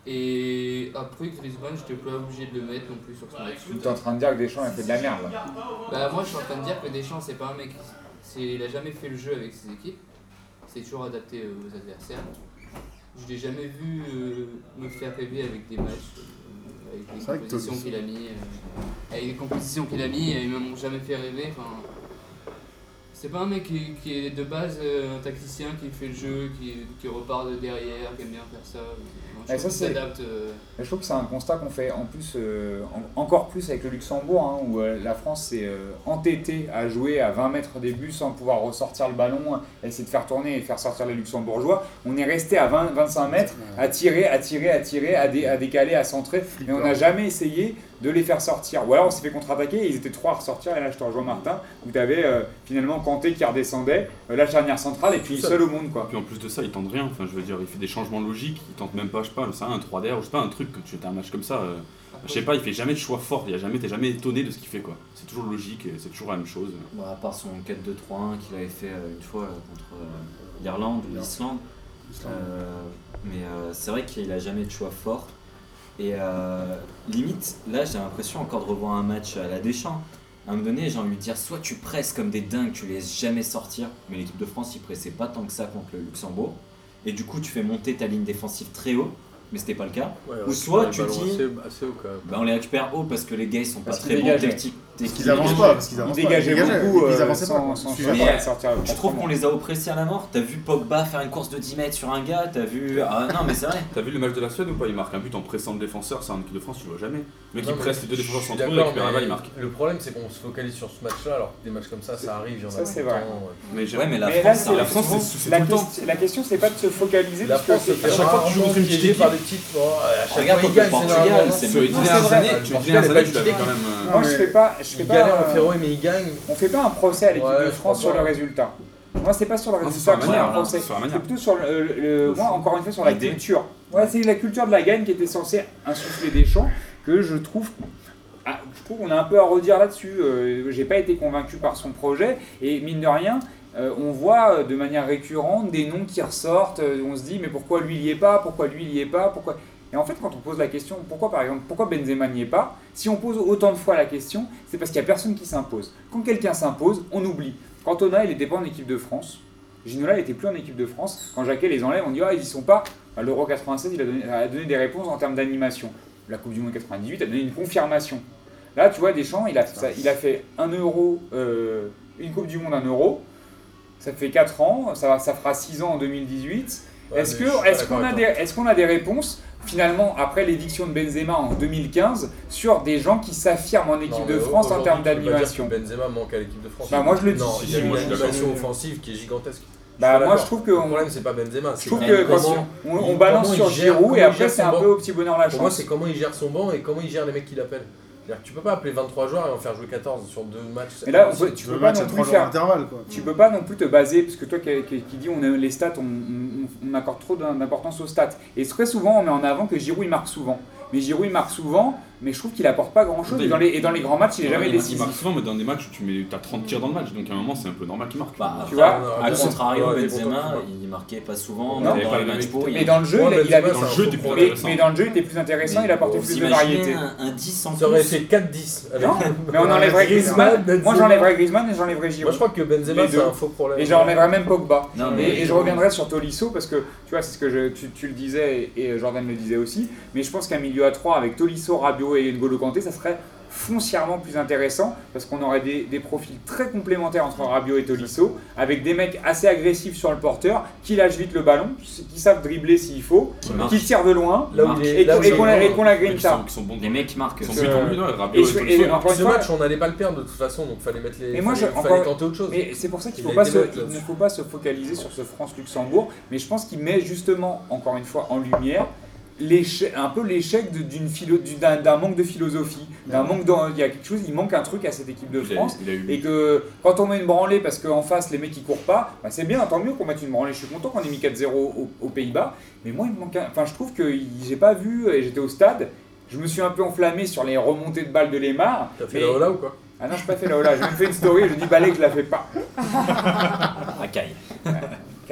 Et après Griezmann, j'étais pas obligé de le mettre non plus sur ce match. Tu es en train de dire que Deschamps a fait de la merde. Là. Bah moi je suis en train de dire que Deschamps c'est pas un mec, c'est, il a jamais fait le jeu avec ses équipes, c'est toujours adapté aux adversaires. Je l'ai jamais vu euh, me faire rêver avec des matchs, euh, avec les compositions qu'il a mis, euh, avec les compositions qu'il a mis, ils m'ont jamais fait rêver. Enfin, c'est pas un mec qui, qui est de base euh, un tacticien qui fait le jeu, qui, qui repart de derrière, qui aime bien faire ça. Non, je, ça, trouve qu'il s'adapte, euh... je trouve que c'est un constat qu'on fait en plus, euh, en, encore plus avec le Luxembourg, hein, où euh, la France s'est euh, entêtée à jouer à vingt mètres des buts sans pouvoir ressortir le ballon, essayer de faire tourner et faire sortir les Luxembourgeois. On est resté à vingt à vingt-cinq mètres, à tirer, à tirer, à tirer, à, dé, à décaler, à centrer, mais on n'a jamais essayé de les faire sortir. Ou alors on s'est fait contre-attaquer et ils étaient trois à ressortir, et là je te rejoins Martin, où tu avais euh, finalement Kanté qui redescendait, euh, la charnière centrale et puis ça, seul au monde. Quoi. Et puis en plus de ça, il tente rien, enfin je veux dire, il fait des changements logiques, il tente même pas, je sais pas, ça, un trois D R, ou je sais pas, un truc, quand tu fais un match comme ça, euh, je sais pas, il fait jamais de choix fort, il y a jamais, t'es jamais étonné de ce qu'il fait quoi. C'est toujours logique, et c'est toujours la même chose. Bon, à part son quatre deux trois un qu'il avait fait euh, une fois euh, contre euh, l'Irlande ou l'Islande, euh, mais euh, c'est vrai qu'il a jamais de choix fort. Et euh, limite, là j'ai l'impression encore de revoir un match à la Deschamps. À un moment donné, j'ai envie de dire, soit tu presses comme des dingues, tu les laisses jamais sortir, mais l'équipe de France, ils pressaient pas tant que ça contre le Luxembourg. Et du coup, tu fais monter ta ligne défensive très haut, mais c'était pas le cas. Ouais, ou soit tu dis, assez, assez haut quand même. Bah on les récupère haut parce que les gars ils sont parce pas très bons techniques. Parce qu'ils avancent pas, parce qu'ils avancent ils dégageaient pas. beaucoup, ils euh, avançaient sans, pas. sans, sans Mais, sortir. Tu trouves qu'on les a oppressés à la mort? T'as vu Pogba faire une course de dix mètres sur un gars? T'as vu... Ah non mais c'est vrai. T'as vu le match de la Suède ou pas? Il marque un but en pressant le défenseur, ça en équipe de France tu le vois jamais. Le mec Non, il presse les deux défenseurs centraux, il d'accord, récupère la balle, il marque. Le problème c'est qu'on se focalise sur ce match-là, alors que des matchs comme ça, ça arrive, il y en a Ça, c'est tout le vrai. temps, ouais. Mais, j'ai- Ouais mais la Mais France, là, ça c'est la arrive France, souvent. c'est- c'est La, tout le temps. question- la question, c'est pas de se focaliser. La parce que France se c'est- fait à chaque fois que tu joues contre une piégée petite par équipe- des titres. Bon, à chaque Regarde fois contre ils gagnent, le Portugal, généralement. c'est Sur les Non, dix c'est dernières vrai. années, Le tu les Portugal dix dernières est années, pas tu l'avais équilibré. quand même. euh, Moi, je fais pas, je fais Ils pas, galèrent euh, en Féroé, mais ils gagnent. on fait pas un procès à l'équipe Ouais, de je France crois sur le pas. résultat. Moi, c'est pas sur le Non, c'est résultat sur que la c'est un manière, procès. c'est sur la C'est manière. plutôt sur le, le- le- moi, encore une fois, sur la L'idée. culture. Ouais, c'est la culture de la gagne qui était censée insuffler Deschamps que je trouve. Ah, je trouve qu'on a un peu à redire là-dessus. Euh, j'ai pas été convaincu par son projet et mine de rien. Euh, on voit euh, de manière récurrente des noms qui ressortent, euh, on se dit mais pourquoi lui il y est pas, pourquoi lui il y est pas, pourquoi... Et en fait quand on pose la question, pourquoi par exemple, pourquoi Benzema n'y est pas, si on pose autant de fois la question, c'est parce qu'il n'y a personne qui s'impose. Quand quelqu'un s'impose, on oublie. Quand Cantona il n'était pas en équipe de France, Ginola n'était plus en équipe de France, quand Jacquet les enlève, on dit ah ils y sont pas, à l'Euro quatre-vingt-seize il a donné, a donné des réponses en termes d'animation. La Coupe du Monde quatre-vingt-dix-huit a donné une confirmation. Là tu vois Deschamps, il a, ça, il a fait un euro, euh, une Coupe du Monde, un euro. Ça fait quatre ans, ça, ça fera six ans en deux mille dix-huit. Ouais, Est-ce mais que- je suis pas est-ce qu'on d'accord a, avec des- est-ce qu'on a des réponses, finalement, après l'éviction de Benzema en deux mille quinze, sur des gens qui s'affirment en équipe Non, de mais France en aujourd'hui, termes tu peux pas dire d'animation? que Benzema manque à l'équipe de France. Bah, moi, je le dis. Non, Si, il y a si, une moi, je suis animation d'accord. offensive qui est gigantesque. Bah, Je suis moi, je d'accord. trouve que Le on- problème, c'est pas Benzema. Je c'est trouve quand que même quand comment- on, on- on comment balance il sur gère- Giroud comment et il après gère c'est son un banc. peu au petit bonheur la Pour moi, chance. c'est comment il gère son banc et comment il gère les mecs qu'il appelle. C'est-à-dire que tu peux pas appeler vingt-trois joueurs et en faire jouer quatorze sur deux matchs. c'est Mais là, on impossible. peut- tu Deux peux pas matchs non à plus trois jours faire. d'intervalle, quoi. Tu peux pas non plus te baser, parce que toi qui, qui, qui dis on a les stats, on, on- on accorde trop d'importance aux stats. Et très souvent, on met en avant que Giroud il marque souvent. Mais Giroud il marque souvent, mais je trouve qu'il apporte pas grand chose. Et dans les, et dans les grands matchs, il est jamais il décisif. marque souvent, mais dans des matchs où tu mets, as trente tirs dans le match, donc à un moment c'est un peu normal qu'il marque. Bah, Tu vois, Ah, à bon, contrario, ouais, t'es Benzema, content, il marquait pas souvent, Non. même Il dans avait les pas matchs le pour, il Mais dans le jeu, Ouais, il, a- il Benzema, avait. Dans le c'est jeu, un t'es faux plus problème. Mais, mais dans le jeu, il était plus intéressant, il apportait Vous plus de imaginez variété. un, un dix en Ça aurait plus. été quatre dix. avec- Non, mais on enlèverait Griezmann. Benzema. Moi j'enlèverais Griezmann et j'enlèverais Moi, je Giroud. crois que Benzema, Les c'est deux. un faux problème. Et j'enlèverais même Pogba. Non, mais- Et, et je reviendrai sur Tolisso parce que tu vois, c'est ce que je- tu, tu le disais et, et Jordan le disait aussi. Mais je pense qu'un milieu à trois avec Tolisso, Rabiot et N'Golo Kanté, ça serait foncièrement plus intéressant parce qu'on aurait des, des profils très complémentaires entre Rabiot et Tolisso avec des mecs assez agressifs sur le porteur qui lâchent vite le ballon, qui savent dribbler s'il faut, Qui marquent. qui tirent de loin Là où il est- et là qu'on où et il qu'on est la, bon. et qu'on la Qui green sont, tard. qui sont bons. Les mecs qui marquent. Ils sont Je- buts en but, ouais, Rabiot Et et je- Tolisso. et encore une Ce fois, match, on n'allait pas le perdre de toute façon, donc fallait mettre les. Et moi, fallait, je- fallait encore- tenter autre chose. Mais c'est pour ça qu'il Il faut a pas été se- net, il ne là-dessus. faut pas se focaliser sur ce France-Luxembourg, mais je pense qu'il met justement, encore une fois, en lumière l'échec- un peu l'échec de- d'une philo- du- d'un d'un manque de philosophie, d'un manque d'en- il y a quelque chose, il manque un truc à cette équipe de Il a- France. il a eu- Et que quand on met une branlée parce qu'en face les mecs ils courent pas, bah c'est bien, tant mieux qu'on mette une branlée. Je suis content qu'on ait mis quatre zéro aux, aux Pays-Bas, mais moi il me manque un- enfin je trouve que il- j'ai pas vu, et j'étais au stade, je me suis un peu enflammé sur les remontées de balles de Lemar. T'as fait mais- la Ola ou quoi? Ah non, j'ai pas fait la Ola, j'ai même fait une story, je dis balai que je la fais pas. À Caille.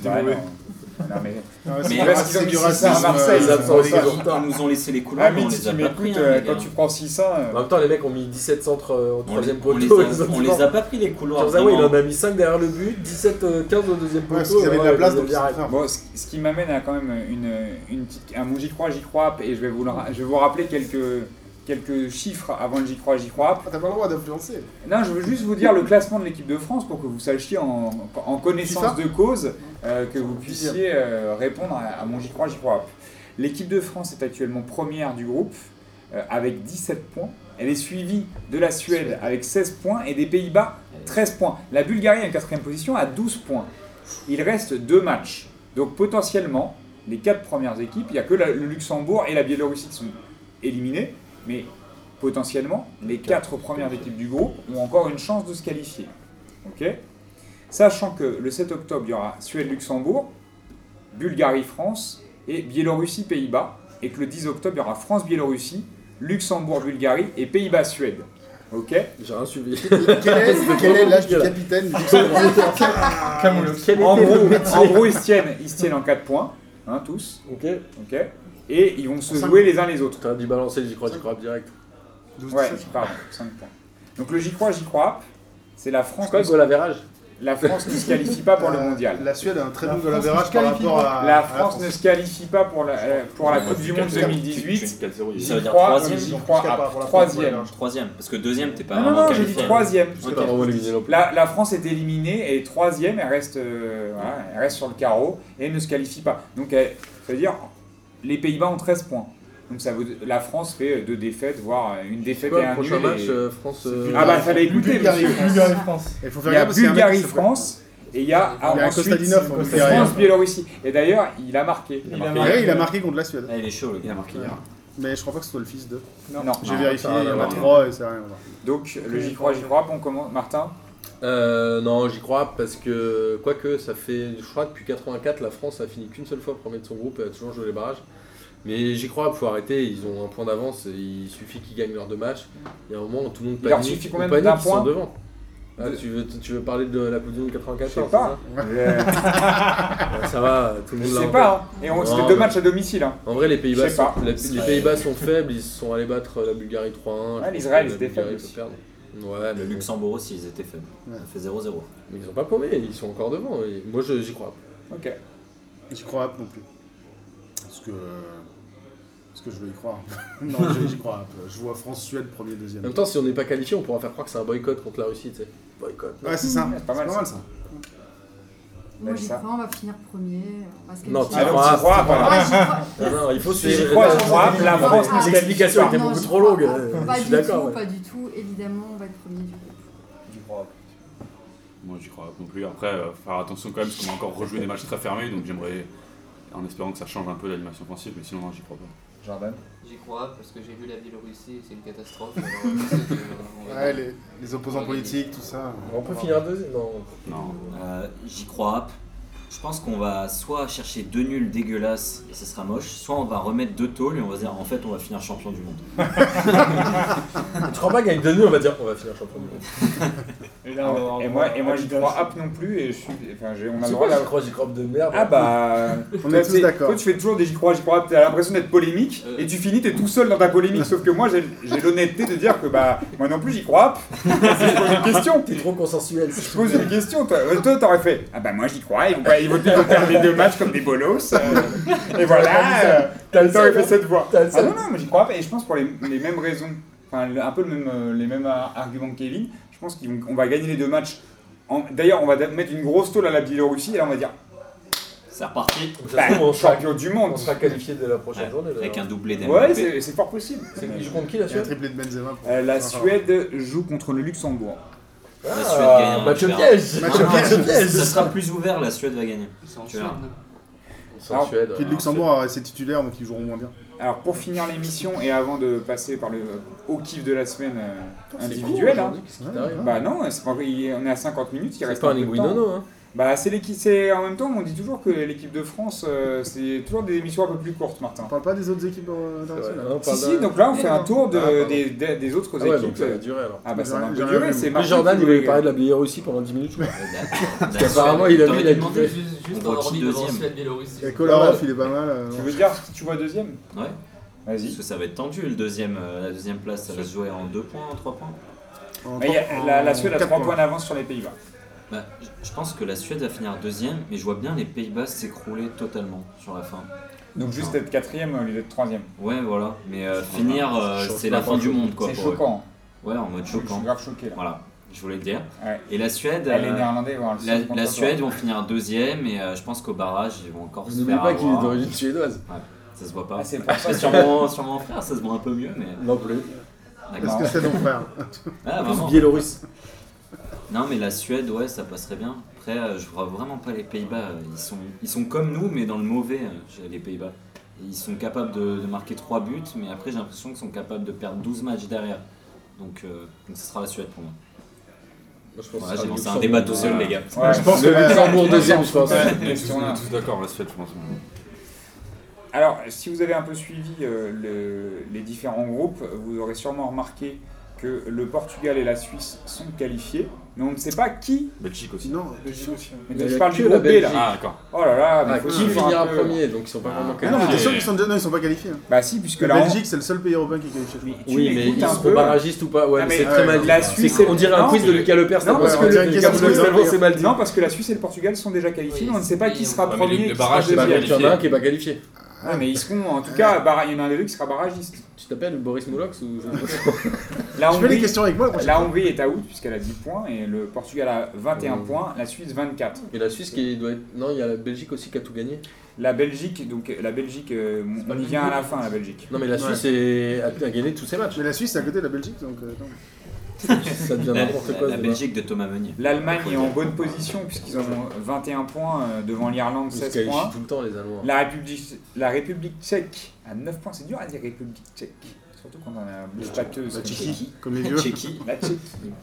c'était Bah, mauvais. non. Non, mais... Non, Mais c'est parce parce qu'ils ont c'est mis du six cents à racisme. Marseille, euh, ils absents euh, aussi. Ils nous ont laissé les couloirs, Ah, mais on mais les tu a pas m'écoutes, pris. hein, euh, les quand gars. tu prends six cents... En même temps, les mecs ont mis dix-sept centres euh, au On les, troisième on les poteau. a, ils ont on dit, les a pas pris les couloirs. Kurzawa, il vraiment. en a mis cinq derrière le but, dix-sept, euh, quinze au deuxième poteau. Ouais, parce qu'ils avaient de la ouais, place, il donc y ils a- sont Bon, ce, ce qui m'amène à quand même une, une petite, un mon j'y crois, j'y crois, et je vais vous, le ra- je vais vous rappeler quelques, quelques chiffres avant le j'y crois, j'y crois. Ah, t'as pas le droit d'influencer. Non, je veux juste vous dire le classement de l'équipe de France pour que vous sachiez en, en connaissance FIFA de cause euh, que vous puissiez euh, répondre à, à mon j'y crois, j'y crois. L'équipe de France est actuellement première du groupe euh, avec dix-sept points. Elle est suivie de la Suède avec seize points et des Pays-Bas treize points. La Bulgarie est en quatrième position à douze points. Il reste deux matchs. Donc potentiellement, les quatre premières équipes, il n'y a que la- le Luxembourg et la Biélorussie qui sont éliminées, mais potentiellement, les quatre premières équipes du groupe ont encore une chance de se qualifier. Ok ? Sachant que le sept octobre, il y aura Suède-Luxembourg, Bulgarie-France et Biélorussie-Pays-Bas, et que le dix octobre, il y aura France-Biélorussie, Luxembourg-Bulgarie et Pays-Bas-Suède. Ok ? J'ai rien suivi. Quel est, quel est l'âge du capitaine du Luxembourg? Quel En était gros, le métier en gros, ils se tiennent, ils se tiennent en quatre points, hein, tous. Ok. Ok ? Et ils vont se Cinq jouer les uns les autres. T'as dû balancer, j'y crois, j'y crois direct. douze, Ouais, dix-sept. pardon, cinq points. Donc le j'y crois, j'y crois, c'est la France. C'est quoi le goal average? La France ne se qualifie pas pour le Euh, mondial. La Suède a un très La bon goal France average ne se par qualifie rapport pas. à. La à France ne se qualifie pas pour la, euh, pour la Coupe du Monde deux mille dix-huit. quatre zéro, il y a- Ça veut dire crois, troisième. j'y Donc, crois jusqu'à à par rapport à la troisième. France, Troisième, parce que deuxième, t'es pas Non, non, vraiment non, j'ai dit qualifié. troisième. C'est pas vraiment éliminé non plus. La, la France est éliminée, elle est troisième, elle reste, euh, voilà, elle reste sur le carreau et elle ne se qualifie pas. Donc, elle- ça veut dire les Pays-Bas ont treize points. Donc ça veut, la France fait deux défaites, voire une C'est défaite quoi et le un prochain nul. match et- euh, France euh, Ah bah fallait écouter, Bulgarie, monsieur. Bulgarie France. Il faut Il faire y a gaffe parce qu'il y a un mec qui s'appelle- Bulgarie-France et il y a, Il y a un ensuite Kostadinov en Bulgarie. France-Biélorussie. Et d'ailleurs, il a marqué. Il a Ouais, marqué. il a marqué contre la Suède. Ah, il est chaud, le Il a gars. marqué hier. Mais je crois pas que ce soit le fils de. Non. J'ai Non, vérifié, ça a il y rien en à a voir. trois et c'est rien à voir. Donc le j'y crois, j'y crois, on commence. Martin. Euh, non, j'y crois parce que, quoique, ça fait, je crois que depuis quatre-vingt-quatre, la France a fini qu'une seule fois premier de son groupe et a toujours joué les barrages. Mais j'y crois, il faut arrêter, ils ont un point d'avance, et il suffit qu'ils gagnent leurs deux matchs. Il y a un moment où tout le monde Il leur panique, suffit combien on panique, d'un ils sont point devant. Ah, tu, veux, tu veux parler de la Coupe du Monde Je quatre-vingt-quatorze, sais pas. c'est Euh, ça Ouais, ça va, tout le Je monde l'a sais en pas. hein. Et on Non, c'était deux mais- matchs à domicile. hein. En vrai, les Pays-Bas Je sais pas. sont, la- les Pays-Bas sont faibles, ils sont allés battre la Bulgarie trois un. je Ouais, pense l'Israël, que ils étaient la Bulgarie faibles peut aussi. perdre. Ouais, mais Le bon. Luxembourg aussi, ils étaient faibles. Ouais. Ça fait zéro zéro. Mais ils sont pas paumés, ils sont encore devant. et moi, je- j'y crois. Ok. J'y crois pas non plus. Parce que. Parce que je veux y croire. Non, j'y- j'y crois pas. Je vois France-Suède premier, En deuxième. même temps, si on n'est pas qualifié, on pourra faire croire que c'est un boycott contre la Russie, tu sais. Boycott. Ouais, c'est ça. Ouais, c'est pas mal, ça. Moi Ouais, j'y ça. crois, on va finir premier. On va se Non, qualifier. tu Alors, crois, tu crois, tu voilà. Ouais, j'y crois. Non, non, il faut Si j'y suivre. crois, j'y crois, la Ah, France ah, ne se qualifie L'explication pas. était Non, beaucoup j'y trop crois longue. pas. euh, Pas Je suis du d'accord. tout, ouais. pas du tout. Évidemment, on va être premier du groupe. Moi, j'y crois pas non plus. Après, euh, faire attention quand même, parce qu'on a encore rejoué des matchs très fermés, donc j'aimerais, en espérant que ça change un peu l'animation offensive, mais sinon, non, j'y crois pas. Jordan. J'y crois parce que j'ai vu la Biélorussie et c'est une catastrophe. alors je sais que, euh, on va Ouais, gagner. les, les opposants politiques, tout ça. On peut finir deuxième. Non. Non. Euh, J'y crois. Je pense qu'on va soit chercher deux nuls dégueulasses et ça sera moche, soit on va remettre deux tôles et on va se dire en fait on va finir champion du monde. Tu crois pas qu'avec deux nuls, on va dire on va finir champion du monde. Et là, on va avoir Et moi, et moi un j'y leader. crois up non plus et je suis. Enfin, j'ai- on a le C'est droit quoi, j'y d'avoir. crois, j'y crois de merde. Ah bah. On toi, est tous t'es- d'accord. Toi, tu fais toujours des j'y crois, j'y crois, t'as l'impression d'être polémique Euh. et tu finis, t'es tout seul dans ta polémique. Sauf que moi, j'ai j'ai l'honnêteté de dire que bah, moi non plus, j'y crois. Je pose une question. T'es trop consensuel. Je pose une question. Toi, Euh, toi, t'aurais fait. Ah bah, moi, j'y crois. Ils vont, pas- ils vont, ils vont perdre les deux matchs comme des bolos. euh, et voilà. euh, T'as le T'aurais seul, fait cette voix. T'as le Ah seul. non, non, moi, j'y crois pas. Et je pense pour les, les mêmes raisons. Enfin, le- un peu le même, euh, les mêmes ar- arguments que Kevin. Je pense qu'on va gagner les deux matchs. En- D'ailleurs, on va mettre une grosse tôle à la Biélorussie et là, on va dire. C'est reparti Ça se Bah, trouve, on sera- champion du monde. On sera qualifié de la prochaine Ouais, journée. avec d'ailleurs. un doublé Ouais, d'Mbappé. c'est c'est fort possible. C'est qui joue contre qui la Il y a un Suède? triplé de Benzema. pour- Euh, la Ah, Suède joue contre le Luxembourg. La Ah, Suède gagne un match super. piège. Match Ah, piège. piège. Ça sera plus ouvert, la Suède va gagner. Ils sont en Tu Suède. vois. C'est Alors, en Suède. Puis le Luxembourg a ses titulaires, donc ils joueront moins bien. Alors, pour finir l'émission et avant de passer par le haut kiff de la semaine euh, C'est individuel, court, hein. aujourd'hui, qu'est-ce qui t'arrive? Bah non, c'est pas- il- on est à cinquante minutes, il C'est reste pas un un peu de temps. linguinono, hein. Bah, c'est l'équipe. C'est en même temps, on dit toujours que l'équipe de France, euh, c'est toujours des émissions un peu plus courtes, Martin. On parle pas des autres équipes euh, internationales. Non, on Si, parle si, d'un- donc là, on fait un tour de, Ah, pardon. des, des, des autres Ah ouais, équipes. donc ça va durer alors. Ah bah ça va un J'ai peu rien durer, vu. c'est Puis Martin Jordan, qui il voulait voulait- parler de la Biélorussie pendant dix minutes, je crois. Parce Parce qu'apparemment, il a vu, il a demandé kiffé. juste, juste On voit avoir qui envie devant deuxième Suède, Biélorussie. Et Kolarov, il est pas mal. euh, Tu veux dire qui tu vois deuxième? Ouais, Vas-y. parce que ça va être tendu le deuxième, euh, la deuxième place, ça va se jouer en deux points, en trois points. en Mais il y a- trois- la, la en Suède a quatre trois points d'avance sur les Pays-Bas. Bah, je- je pense que la Suède va finir deuxième, mais je vois bien les Pays-Bas s'écrouler totalement sur la fin. Donc juste être quatrième au lieu d'être troisième. Ouais, voilà, mais euh, finir, euh, Change c'est pas la fin grand du chose. monde, quoi. C'est pour eux. choquant. Ouais, en mode Je suis choquant. grave choqué là. Voilà, je voulais le dire. Ouais. Et la Suède, Ah, les euh, Néerlandais vont avoir le la, seul contre la toi. Suède vont finir deuxième, et euh, je pense qu'au barrage, ils vont encore se N'oublie faire pas qu'il est avoir. d'origine suédoise. Ça se voit pas. Ah, c'est pour ça. sur, mon, sur mon frère, ça se voit un peu mieux, mais. Non plus. Est-ce D'accord. que c'est ton frère? Ah, Plus vraiment. biélorusse. Non, mais la Suède, ouais, ça passerait bien. Après, euh, je vois vraiment pas les Pays-Bas. Ils sont, ils sont comme nous, mais dans le mauvais, euh, chez les Pays-Bas. Ils sont capables de, de marquer trois buts, mais après, j'ai l'impression qu'ils sont capables de perdre douze matchs derrière. Donc, euh, donc ce sera la Suède pour moi. Moi, je pense Voilà, que j'ai ce lancé sera un le débat Luxembourg. tout seul, Ouais. les gars. Ouais. Je pense Le que- Luxembourg deuxième, je pense. Ouais, On est question tous, on là. est tous d'accord, la Suède, je pense. Alors, si vous avez un peu suivi euh, le- les différents groupes, vous aurez sûrement remarqué que le Portugal et la Suisse sont qualifiés, mais on ne sait pas qui. Belgique aussi. Non, Belgique aussi. hein. Mais Il y je a parle que du la groupe B là. Belgique. Ah, d'accord. Oh là là, mais Ah, faut qui suivre un finira peu. premier, donc ils sont pas Ah. vraiment mais non, mais qualifiés. t'es sûr qu'ils sont déjà, non, ils sont pas qualifiés. hein. Bah si, puisque Que là, la on- Belgique, c'est le seul pays européen qui est qualifié. je crois. Mais tu Oui, mais m'écoutes ils un seront peu. barragistes ou pas? Ouais, Ah, mais mais, c'est très euh, mal dit. la Suisse, C'est- On dirait un non, quiz de Lucas Lepers. Non, ça parce va. que On dirait le- un quiz de le- Lepers, c'est mal dit. Non, parce que la Suisse et le Portugal sont déjà qualifiés, Oui, mais on ne sait pas oui, qui on- sera Ouais, mais premier les- et les qui sera barrages, c'est pas deuxième. Il y en a un qui est pas qualifié. Ah, mais ils seront, en tout cas, barra- il y en a un des deux qui sera barragiste. Tu t'appelles Boris Moulox ou je sais pas. La Tu fais les Hongrie, questions avec moi la prochaine la fois. Hongrie est à out puisqu'elle a dix points et le Portugal a vingt et un Mmh. points, la Suisse vingt-quatre. Et la Suisse qui doit être. Non, il y a la Belgique aussi qui a tout gagné. La Belgique, donc la Belgique, euh, on pas y le vient à même la groupe. fin, la Belgique. Non, mais la Suisse est- a a gagné tous ses matchs. Mais la Suisse, c'est à côté de la Belgique, donc. euh, attends. Ça devient La, n'importe la- quoi. la ce débat. Belgique de Thomas Meunier. L'Allemagne est en bonne position puisqu'ils ont vingt et un points euh, devant l'Irlande, Ils se seize qualifient points. tout le temps, les Allemands. La République, la République tchèque à neuf points, c'est dur à dire République tchèque. Surtout quand on a bouche pâteuse. La comme Tchéquie, comme les vieux. Tchéquie. La Tchéquie.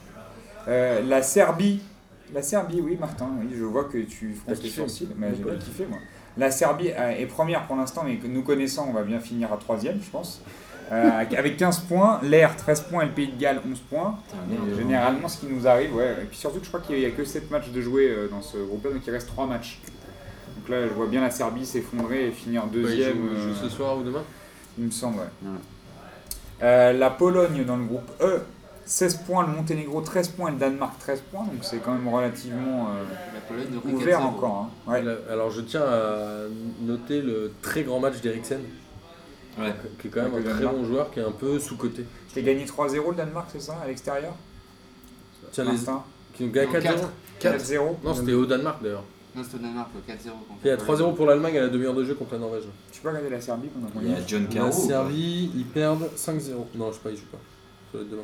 Euh, la Serbie. La Serbie, oui, Martin, oui, je vois que tu T'as fronces les kiffé. sourcils, mais j'ai Ouais. pas kiffé moi. La Serbie euh, est première pour l'instant, mais que nous connaissant, on va bien finir à troisième, je pense. Euh, avec quinze points, l'Air treize points et le Pays de Galles onze points. Putain, Et merde. généralement, ce qui nous arrive, ouais. Et puis surtout que je crois qu'il n'y a que sept matchs de jouer euh, dans ce groupe-là, donc il reste trois matchs. Donc là, je vois bien la Serbie s'effondrer et finir Ouais, ils deuxième. jouent- ils euh, jouent ce soir ou demain. il me semble, ouais. Ouais. Euh, la Pologne dans le groupe E, seize points, le Monténégro treize points et le Danemark treize points, donc c'est quand même relativement euh, La Pologne devrait ouvert quatre zéro. encore. hein. Ouais. La- Alors je tiens à noter le très grand match d'Eriksen, Ouais. qui est quand même Avec un le très Danemark. bon joueur, qui est un peu sous-coté. C'était gagné trois zéro le Danemark, c'est ça, à l'extérieur Tiens, les Martin qui ont gagné Non, quatre zéro. quatre. quatre zéro. Non, c'était au Danemark d'ailleurs. Non, c'était au Danemark, le quatre zéro. contre Il y a la trois zéro pour l'Allemagne à la demi-heure de jeu contre la Norvège. Tu peux regarder la Serbie pendant qu'on Il y y a est John La Caro. Serbie, ils perdent cinq zéro. Non, je sais pas, ils jouent pas. Ça va être demain.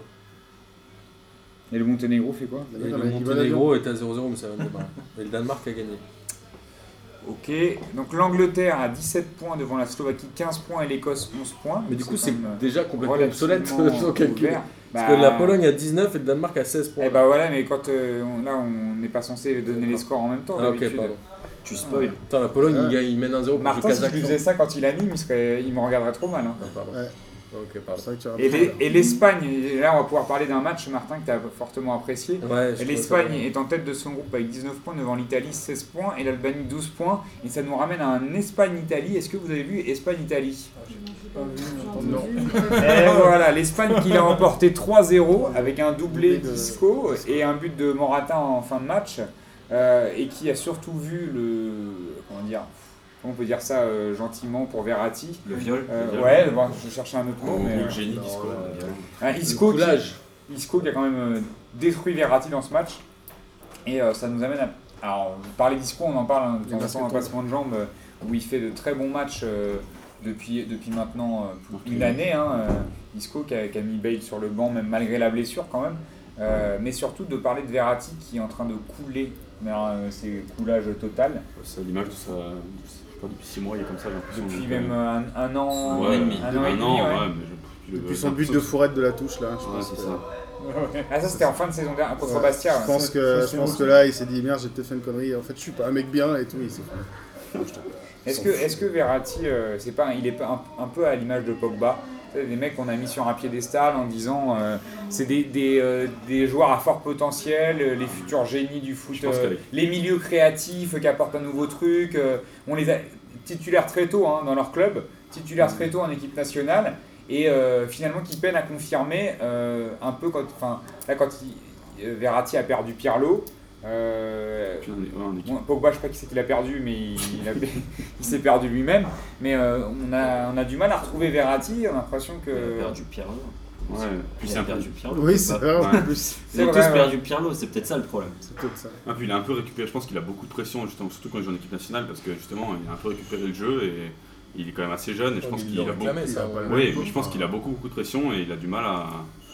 Et le Monténégro fait quoi Et Non, le mais il va Monténégro est à zéro zéro, mais ça va démarrer. Et le Danemark a gagné. Ok, donc l'Angleterre a dix-sept points devant la Slovaquie, quinze points et l'Écosse onze points. Mais Donc du coup, quand c'est même, euh, déjà complètement obsolète relativement son calcul. ouvert. Parce Bah, que la Pologne a dix-neuf et le Danemark a seize points. Eh bah voilà, mais quand euh, on- là on n'est pas censé donner les scores en même temps. Ah ok, d'habitude. pardon. Tu spoil. Attends, la Pologne, Ah. il, gagne- il mène un zéro contre le Martin, si je lui Kazakhstan. faisais ça quand il anime, il, serait, il me regarderait trop mal. hein. Ah, pardon. Ouais. Ok, pardon. C'est vrai que tu as Et raison. les- et l'Espagne, et là on va pouvoir parler d'un match, Martin, que tu as fortement apprécié. Ouais, je trouve L'Espagne ça- est en tête de son groupe avec dix-neuf points, devant l'Italie seize points et l'Albanie douze points. Et ça nous ramène à un Espagne-Italie. Est-ce que vous avez vu Espagne-Italie? Pas vu, J'en j'entends- ai non. vu, Et voilà, l'Espagne qui l'a emporté trois zéro avec un doublé Doublé de- d'Isco et un but de Morata en fin de match. euh, et qui a surtout vu le. Comment dire comment on peut dire ça euh, gentiment pour Verratti. Le viol. Euh, Le viol. ouais, bon, je cherchais un autre mot, mais. Le euh, génie non, disco. ouais. un Le Isco, qui, coulage. Isco qui a quand même euh, détruit Verratti dans ce match. Et euh, ça nous amène à. Alors, vous parlez d'Isco, on en parle hein, de temps en temps, un passement de jambes euh, où il fait de très bons matchs euh, depuis, depuis maintenant euh, plus d'une année. Hein, euh, Isco qui a, qui a mis Bale sur le banc, même malgré la blessure quand même. Euh, mais surtout de parler de Verratti qui est en train de couler. Mais alors, euh, c'est coulage total. C'est l'image de sa. Je sais pas, depuis six mois, il est comme ça, j'ai l'impression. Depuis donc, même euh, un, un an, Ouais, un et demi. an et un demi. an, ouais. ouais, mais je- le- Depuis son j'ai but de l'impression fourrette de la touche, là, je que- Ouais, pense c'est que- ça. Ah, ça c'était en fin de saison dernière contre Ouais, Bastia. Je ouais. pense Ça, que, ça, je c'est pense bon. que là, il s'est dit merde, j'ai peut-être fait une connerie. En fait, je suis pas un mec bien et tout. Il s'est fait. Est-ce que, est-ce que Verratti, euh, c'est pas, il est pas un, un peu à l'image de Pogba? Tu sais, des mecs qu'on a mis sur un piédestal en disant euh, c'est des, des, euh, des joueurs à fort potentiel, euh, les futurs génies du foot, Je pense euh, qu'avec- les milieux créatifs qui apportent un nouveau truc. euh, on les a titulaires très tôt hein, dans leur club, titulaires très tôt en équipe nationale et euh, finalement qui peinent à confirmer euh, un peu quand, enfin, là quand il, euh, Verratti a perdu Pirlo. Euh, Puis on est- ouais, on est- Bon, Pogba, je sais pas qui c'est qu'il a perdu, mais il, il a- il s'est perdu lui-même. Mais euh, on, a, on a du mal à retrouver Verratti. On a l'impression que. Il a perdu Pirlo. Ouais, puis Il c'est a un peu. perdu Pirlo. Oui, c'est Pogba. vrai, en Ouais. plus. Ils ont C'est tous vrai, ouais. perdu Pirlo, c'est peut-être ça le problème. C'est peut-être ça. Ah, puis il a un peu récupéré, je pense qu'il a beaucoup de pression, justement, surtout quand il joue en équipe nationale, parce que justement, il a un peu récupéré le jeu et il est quand même assez jeune. Et je Ouais, pense mais il qu'il le a beaucoup. réclamait, ça, il a ouais. pas- Oui, mais je pense qu'il a beaucoup, beaucoup de pression et il a du mal à,